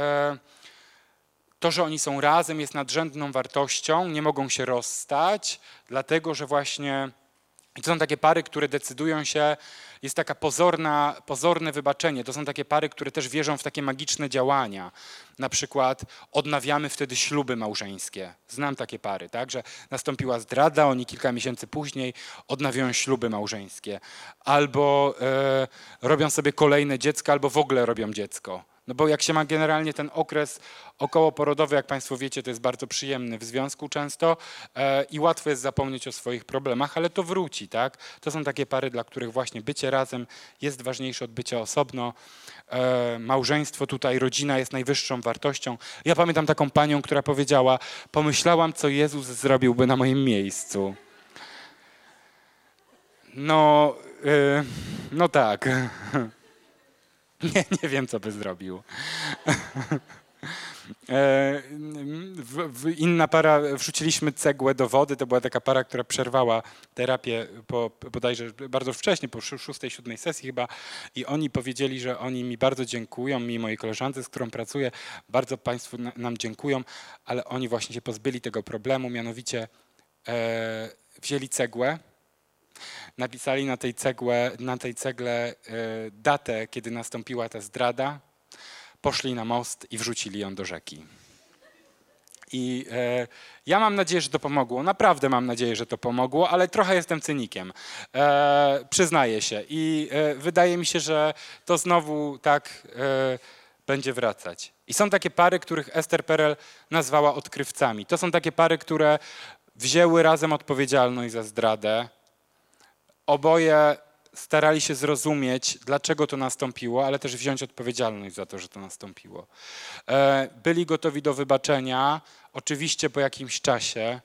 to, że oni są razem, jest nadrzędną wartością, nie mogą się rozstać, dlatego że właśnie to są takie pary, które decydują się, jest taka pozorna, pozorne wybaczenie. To są takie pary, które też wierzą w takie magiczne działania. Na przykład odnawiamy wtedy śluby małżeńskie. Znam takie pary, tak, że nastąpiła zdrada, oni kilka miesięcy później odnawiają śluby małżeńskie. Albo e, robią sobie kolejne dziecko, albo w ogóle robią dziecko. No bo jak się ma generalnie ten okres okołoporodowy, jak Państwo wiecie, to jest bardzo przyjemny w związku często e, i łatwo jest zapomnieć o swoich problemach, ale to wróci, tak? To są takie pary, dla których właśnie bycie razem jest ważniejsze od bycia osobno. E, małżeństwo tutaj, rodzina jest najwyższą wartością. Ja pamiętam taką panią, która powiedziała: pomyślałam, co Jezus zrobiłby na moim miejscu. No, e, no tak. Nie, nie wiem, co by zrobił. W, w inna para, wrzuciliśmy cegłę do wody, to była taka para, która przerwała terapię po, bodajże bardzo wcześnie, po szóstej, siódmej sesji chyba i oni powiedzieli, że oni mi bardzo dziękują, mi i mojej koleżance, z którą pracuję, bardzo Państwu nam dziękują, ale oni właśnie się pozbyli tego problemu, mianowicie e, wzięli cegłę, napisali na tej, cegłę, na tej cegle y, datę, kiedy nastąpiła ta zdrada, poszli na most i wrzucili ją do rzeki. I y, ja mam nadzieję, że to pomogło. Naprawdę mam nadzieję, że to pomogło, ale trochę jestem cynikiem. E, przyznaję się. I y, wydaje mi się, że to znowu tak y, będzie wracać. I są takie pary, których Esther Perel nazwała odkrywcami. To są takie pary, które wzięły razem odpowiedzialność za zdradę. Oboje starali się zrozumieć, dlaczego to nastąpiło, ale też wziąć odpowiedzialność za to, że to nastąpiło. Byli gotowi do wybaczenia, oczywiście po jakimś czasie.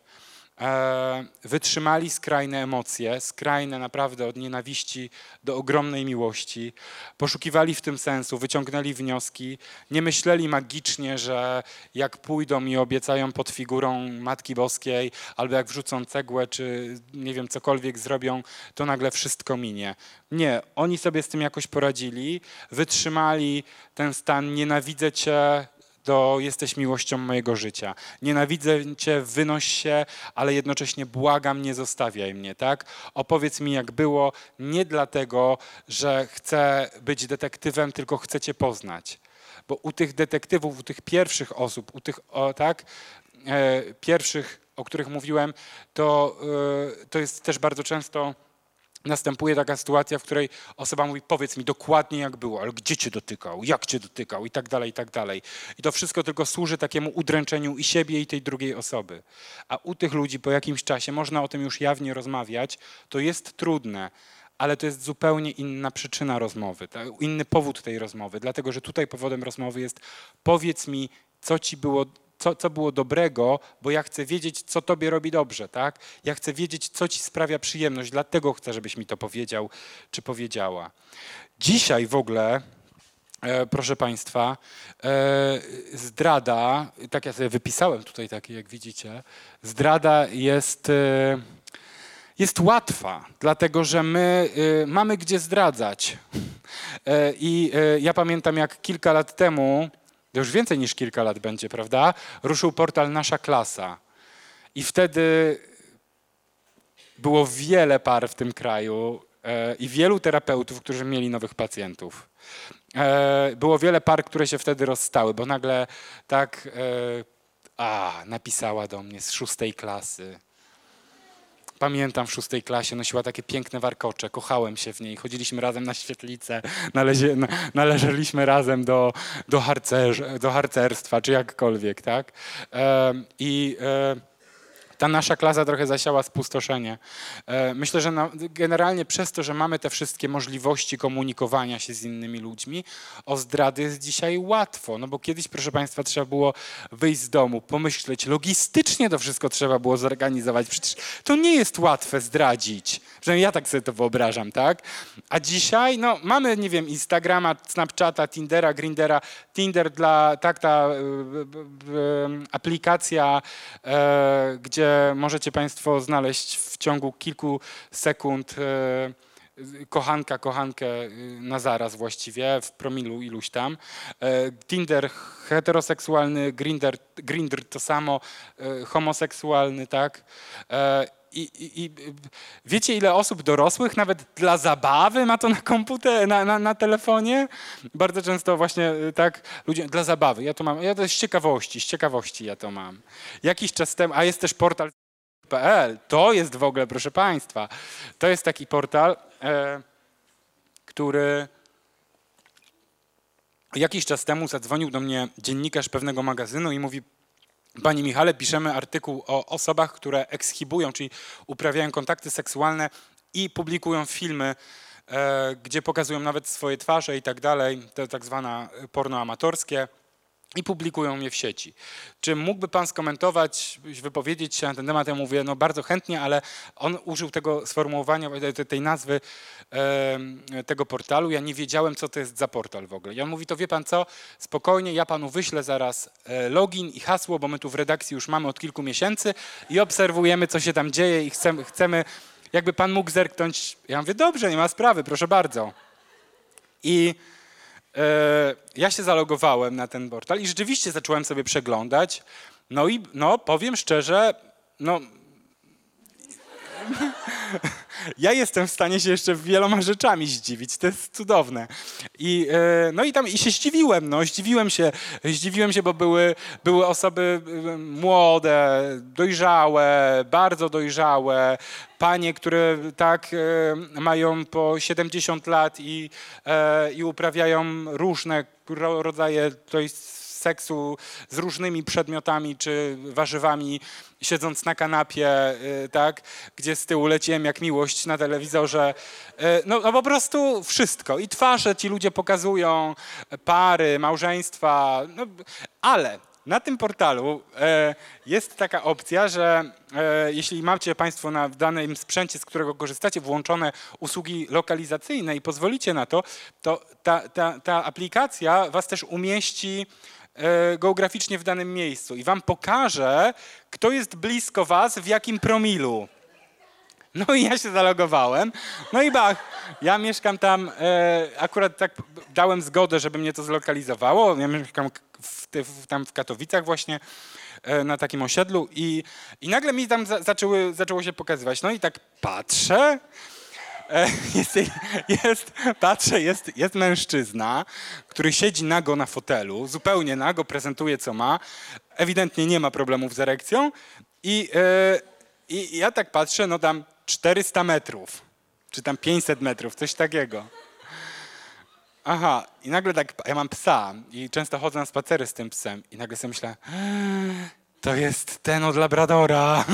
Wytrzymali skrajne emocje, skrajne naprawdę od nienawiści do ogromnej miłości. Poszukiwali w tym sensu, wyciągnęli wnioski, nie myśleli magicznie, że jak pójdą i obiecają pod figurą Matki Boskiej, albo jak wrzucą cegłę, czy nie wiem, cokolwiek zrobią, to nagle wszystko minie. Nie, oni sobie z tym jakoś poradzili, wytrzymali ten stan nienawidzę cię, to jesteś miłością mojego życia. Nienawidzę cię, wynoś się, ale jednocześnie błagam, nie zostawiaj mnie, tak? Opowiedz mi, jak było, nie dlatego, że chcę być detektywem, tylko chcę cię poznać. Bo u tych detektywów, u tych pierwszych osób, u tych, o, tak, e, pierwszych, o których mówiłem, to, e, to jest też bardzo często następuje taka sytuacja, w której osoba mówi: powiedz mi dokładnie, jak było, ale gdzie cię dotykał, jak cię dotykał i tak dalej, i tak dalej. I to wszystko tylko służy takiemu udręczeniu i siebie, i tej drugiej osoby. A u tych ludzi po jakimś czasie można o tym już jawnie rozmawiać, to jest trudne, ale to jest zupełnie inna przyczyna rozmowy, tak? Inny powód tej rozmowy, dlatego że tutaj powodem rozmowy jest: powiedz mi, co ci było Co, co było dobrego, bo ja chcę wiedzieć, co tobie robi dobrze, tak? Ja chcę wiedzieć, co ci sprawia przyjemność, dlatego chcę, żebyś mi to powiedział, czy powiedziała. Dzisiaj w ogóle, e, proszę Państwa, e, zdrada, tak ja sobie wypisałem tutaj takie, jak widzicie, zdrada jest, e, jest łatwa, dlatego że my y, mamy gdzie zdradzać. Y, I y, ja pamiętam, jak kilka lat temu, to już więcej niż kilka lat będzie, prawda, ruszył portal Nasza Klasa. I wtedy było wiele par w tym kraju y, i wielu terapeutów, którzy mieli nowych pacjentów. Y, było wiele par, które się wtedy rozstały, bo nagle tak, y, a, napisała do mnie z szóstej klasy. Pamiętam, w szóstej klasie nosiła takie piękne warkocze, kochałem się w niej, chodziliśmy razem na świetlicę, nalezie, należeliśmy razem do, do, harcerz, do harcerstwa, czy jakkolwiek, tak? E, I e, ta nasza klasa trochę zasiała spustoszenie. E, myślę, że na, generalnie przez to, że mamy te wszystkie możliwości komunikowania się z innymi ludźmi, o zdrady jest dzisiaj łatwo, no bo kiedyś, proszę Państwa, trzeba było wyjść z domu, pomyśleć, logistycznie to wszystko trzeba było zorganizować. Przecież to nie jest łatwe zdradzić. Przynajmniej ja tak sobie to wyobrażam, tak? A dzisiaj, no mamy, nie wiem, Instagrama, Snapchata, Tindera, Grindera. Tinder dla, tak, ta y, y, y, aplikacja, y, gdzie możecie Państwo znaleźć w ciągu kilku sekund y, kochanka, kochankę y, na zaraz właściwie, w promilu iluś tam. Y, Tinder heteroseksualny, Grindr, Grindr to samo, y, homoseksualny, tak? Y, I, i, I wiecie, ile osób dorosłych nawet dla zabawy ma to na komputerze, na, na, na telefonie? Bardzo często właśnie tak ludzie dla zabawy. Ja to mam, ja to z ciekawości, z ciekawości ja to mam. Jakiś czas temu, a jest też portal kropka p l. To jest w ogóle, proszę Państwa, to jest taki portal, e, który jakiś czas temu zadzwonił do mnie dziennikarz pewnego magazynu i mówi: Panie Michale, piszemy artykuł o osobach, które ekshibują, czyli uprawiają kontakty seksualne i publikują filmy, e, gdzie pokazują nawet swoje twarze i tak dalej, to tak zwane porno amatorskie, i publikują je w sieci. Czy mógłby Pan skomentować, wypowiedzieć się na ten temat? Ja mówię, no bardzo chętnie, ale on użył tego sformułowania, tej nazwy e, tego portalu. Ja nie wiedziałem, co to jest za portal w ogóle. I on mówi, to wie Pan co, spokojnie, ja Panu wyślę zaraz login i hasło, bo my tu w redakcji już mamy od kilku miesięcy i obserwujemy, co się tam dzieje i chcemy, chcemy jakby Pan mógł zerknąć. Ja mówię, dobrze, nie ma sprawy, proszę bardzo. I ja się zalogowałem na ten portal i rzeczywiście zacząłem sobie przeglądać. No i no, powiem szczerze, no ja jestem w stanie się jeszcze wieloma rzeczami zdziwić, to jest cudowne. I, no i tam i się zdziwiłem, no zdziwiłem się, zdziwiłem się, bo były, były osoby młode, dojrzałe, bardzo dojrzałe, panie, które tak mają po siedemdziesiąt lat i, i uprawiają różne rodzaje seksu z różnymi przedmiotami czy warzywami, siedząc na kanapie, tak, gdzie z tyłu leciłem jak miłość na telewizorze. No, no po prostu wszystko. I twarze ci ludzie pokazują, pary, małżeństwa, no, ale na tym portalu e, jest taka opcja, że e, jeśli macie Państwo na danym sprzęcie, z którego korzystacie, włączone usługi lokalizacyjne i pozwolicie na to, to ta, ta, ta aplikacja Was też umieści e, geograficznie w danym miejscu i Wam pokaże, kto jest blisko Was, w jakim promilu. No i ja się zalogowałem, no i bach, ja mieszkam tam, e, akurat tak dałem zgodę, żeby mnie to zlokalizowało, ja mieszkam w, w, tam w Katowicach właśnie, e, na takim osiedlu i, i nagle mi tam za, zaczęły, zaczęło się pokazywać, no i tak patrzę, e, jest, jest, patrzę, jest, jest mężczyzna, który siedzi nago na fotelu, zupełnie nago, prezentuje co ma, ewidentnie nie ma problemów z erekcją i, e, i ja tak patrzę, no tam czterysta metrów, czy tam pięćset metrów, coś takiego. Aha, i nagle tak, ja mam psa i często chodzę na spacery z tym psem i nagle sobie myślę, to jest ten od Labradora.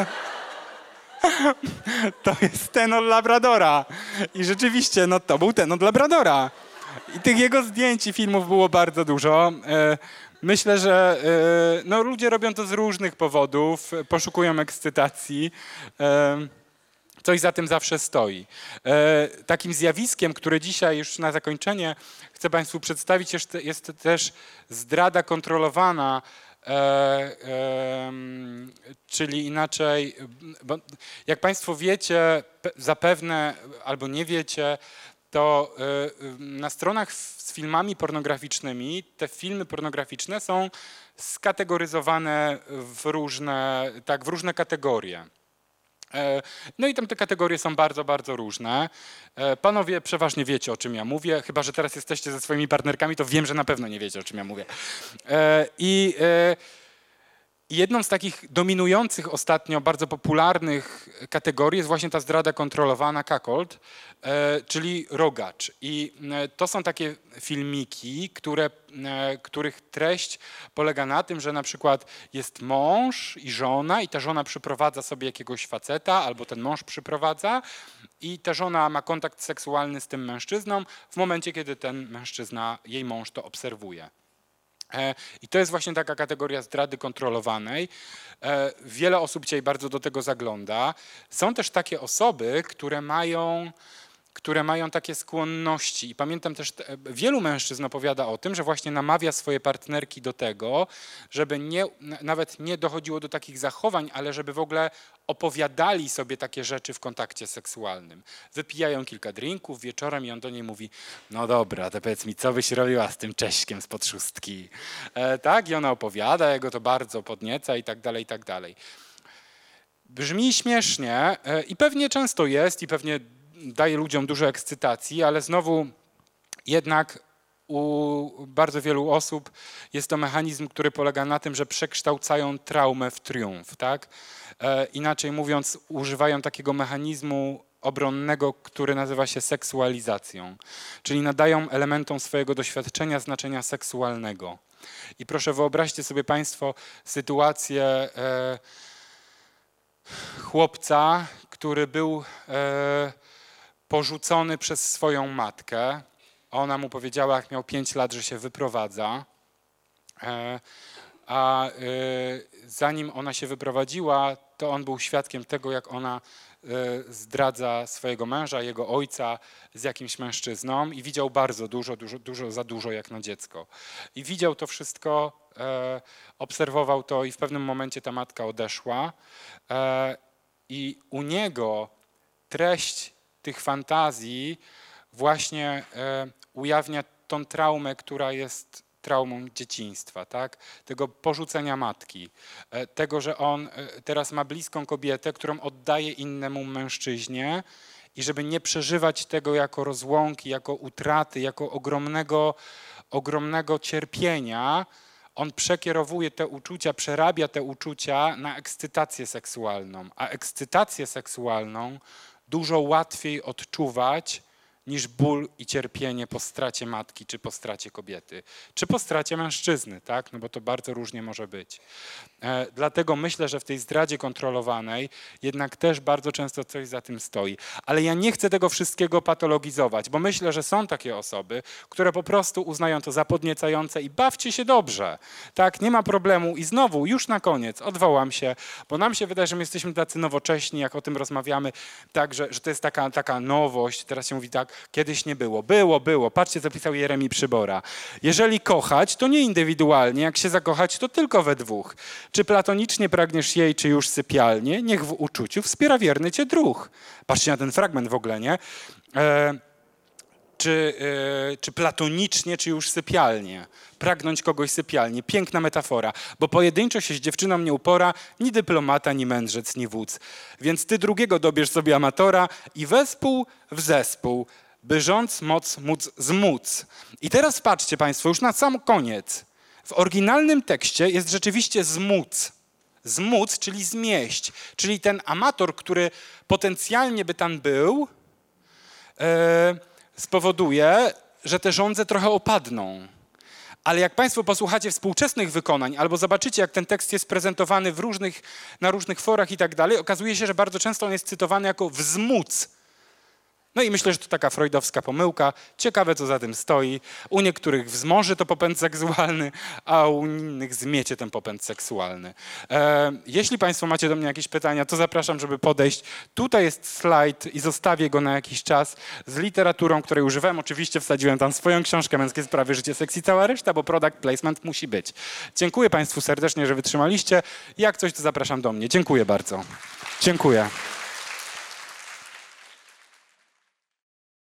To jest ten od Labradora. I rzeczywiście, no to był ten od Labradora. I tych jego zdjęć i filmów było bardzo dużo. Myślę, że no, ludzie robią to z różnych powodów, poszukują ekscytacji. Coś za tym zawsze stoi. E, takim zjawiskiem, które dzisiaj już na zakończenie chcę Państwu przedstawić, jest, jest też zdrada kontrolowana e, czyli inaczej, bo jak Państwo wiecie, zapewne albo nie wiecie, to na stronach z filmami pornograficznymi te filmy pornograficzne są skategoryzowane w różne, tak, w różne kategorie. No i tam te kategorie są bardzo, bardzo różne. Panowie przeważnie wiecie, o czym ja mówię, chyba że teraz jesteście ze swoimi partnerkami, to wiem, że na pewno nie wiecie, o czym ja mówię. I jedną z takich dominujących ostatnio, bardzo popularnych kategorii jest właśnie ta zdrada kontrolowana, cuckold, czyli rogacz. I to są takie filmiki, które, których treść polega na tym, że na przykład jest mąż i żona i ta żona przyprowadza sobie jakiegoś faceta albo ten mąż przyprowadza i ta żona ma kontakt seksualny z tym mężczyzną w momencie, kiedy ten mężczyzna, jej mąż to obserwuje. I to jest właśnie taka kategoria zdrady kontrolowanej. Wiele osób dzisiaj bardzo do tego zagląda. Są też takie osoby, które mają, które mają takie skłonności. I pamiętam też, wielu mężczyzn opowiada o tym, że właśnie namawia swoje partnerki do tego, żeby nie, nawet nie dochodziło do takich zachowań, ale żeby w ogóle opowiadali sobie takie rzeczy w kontakcie seksualnym. Wypijają kilka drinków wieczorem i on do niej mówi, no dobra, to powiedz mi, co byś robiła z tym Cześćkiem spod szóstki? E, tak? I ona opowiada, jego to bardzo podnieca i tak dalej, i tak dalej. Brzmi śmiesznie e, i pewnie często jest i pewnie daje ludziom dużo ekscytacji, ale znowu jednak u bardzo wielu osób jest to mechanizm, który polega na tym, że przekształcają traumę w triumf, tak? E, inaczej mówiąc, używają takiego mechanizmu obronnego, który nazywa się seksualizacją, czyli nadają elementom swojego doświadczenia znaczenia seksualnego. I proszę wyobraźcie sobie Państwo sytuację e, chłopca, który był e, porzucony przez swoją matkę. Ona mu powiedziała, jak miał pięć lat, że się wyprowadza. A zanim ona się wyprowadziła, to on był świadkiem tego, jak ona zdradza swojego męża, jego ojca z jakimś mężczyzną i widział bardzo dużo, dużo, dużo za dużo jak na dziecko. I widział to wszystko, obserwował to i w pewnym momencie ta matka odeszła i u niego treść tych fantazji właśnie e, ujawnia tą traumę, która jest traumą dzieciństwa, tak? Tego porzucenia matki, e, tego, że on e, teraz ma bliską kobietę, którą oddaje innemu mężczyźnie i żeby nie przeżywać tego jako rozłąki, jako utraty, jako ogromnego, ogromnego cierpienia, on przekierowuje te uczucia, przerabia te uczucia na ekscytację seksualną, a ekscytację seksualną dużo łatwiej odczuwać niż ból i cierpienie po stracie matki, czy po stracie kobiety, czy po stracie mężczyzny, tak? No bo to bardzo różnie może być. E, dlatego myślę, że w tej zdradzie kontrolowanej jednak też bardzo często coś za tym stoi. Ale ja nie chcę tego wszystkiego patologizować, bo myślę, że są takie osoby, które po prostu uznają to za podniecające i bawcie się dobrze, tak? Nie ma problemu i znowu, już na koniec, odwołam się, bo nam się wydaje, że my jesteśmy tacy nowocześni, jak o tym rozmawiamy, tak, że, że to jest taka, taka nowość, teraz się mówi tak, kiedyś nie było. Było, było. Patrzcie, co pisał Jeremi Przybora. Jeżeli kochać, to nie indywidualnie. Jak się zakochać, to tylko we dwóch. Czy platonicznie pragniesz jej, czy już sypialnie? Niech w uczuciu wspiera wierny cię druh. Patrzcie na ten fragment w ogóle, nie? E, czy, e, czy platonicznie, czy już sypialnie? Pragnąć kogoś sypialnie. Piękna metafora. Bo pojedynczo się z dziewczyną nie upora ni dyplomata, ni mędrzec, ni wódz. Więc ty drugiego dobierz sobie amatora i wespół w zespół, by rządz moc móc zmóc. I teraz patrzcie Państwo, już na sam koniec. W oryginalnym tekście jest rzeczywiście zmóc. Zmóc, czyli zmieść. Czyli ten amator, który potencjalnie by tam był, e, spowoduje, że te żądze trochę opadną. Ale jak Państwo posłuchacie współczesnych wykonań albo zobaczycie, jak ten tekst jest prezentowany w różnych, na różnych forach i tak dalej, okazuje się, że bardzo często on jest cytowany jako wzmóc. No i myślę, że to taka freudowska pomyłka. Ciekawe, co za tym stoi. U niektórych wzmoży to popęd seksualny, a u innych zmiecie ten popęd seksualny. E, jeśli Państwo macie do mnie jakieś pytania, to zapraszam, żeby podejść. Tutaj jest slajd i zostawię go na jakiś czas z literaturą, której używałem. Oczywiście wsadziłem tam swoją książkę Męskie sprawy, życie, seks i cała reszta, bo product placement musi być. Dziękuję Państwu serdecznie, że wytrzymaliście. Jak coś, to zapraszam do mnie. Dziękuję bardzo. Dziękuję.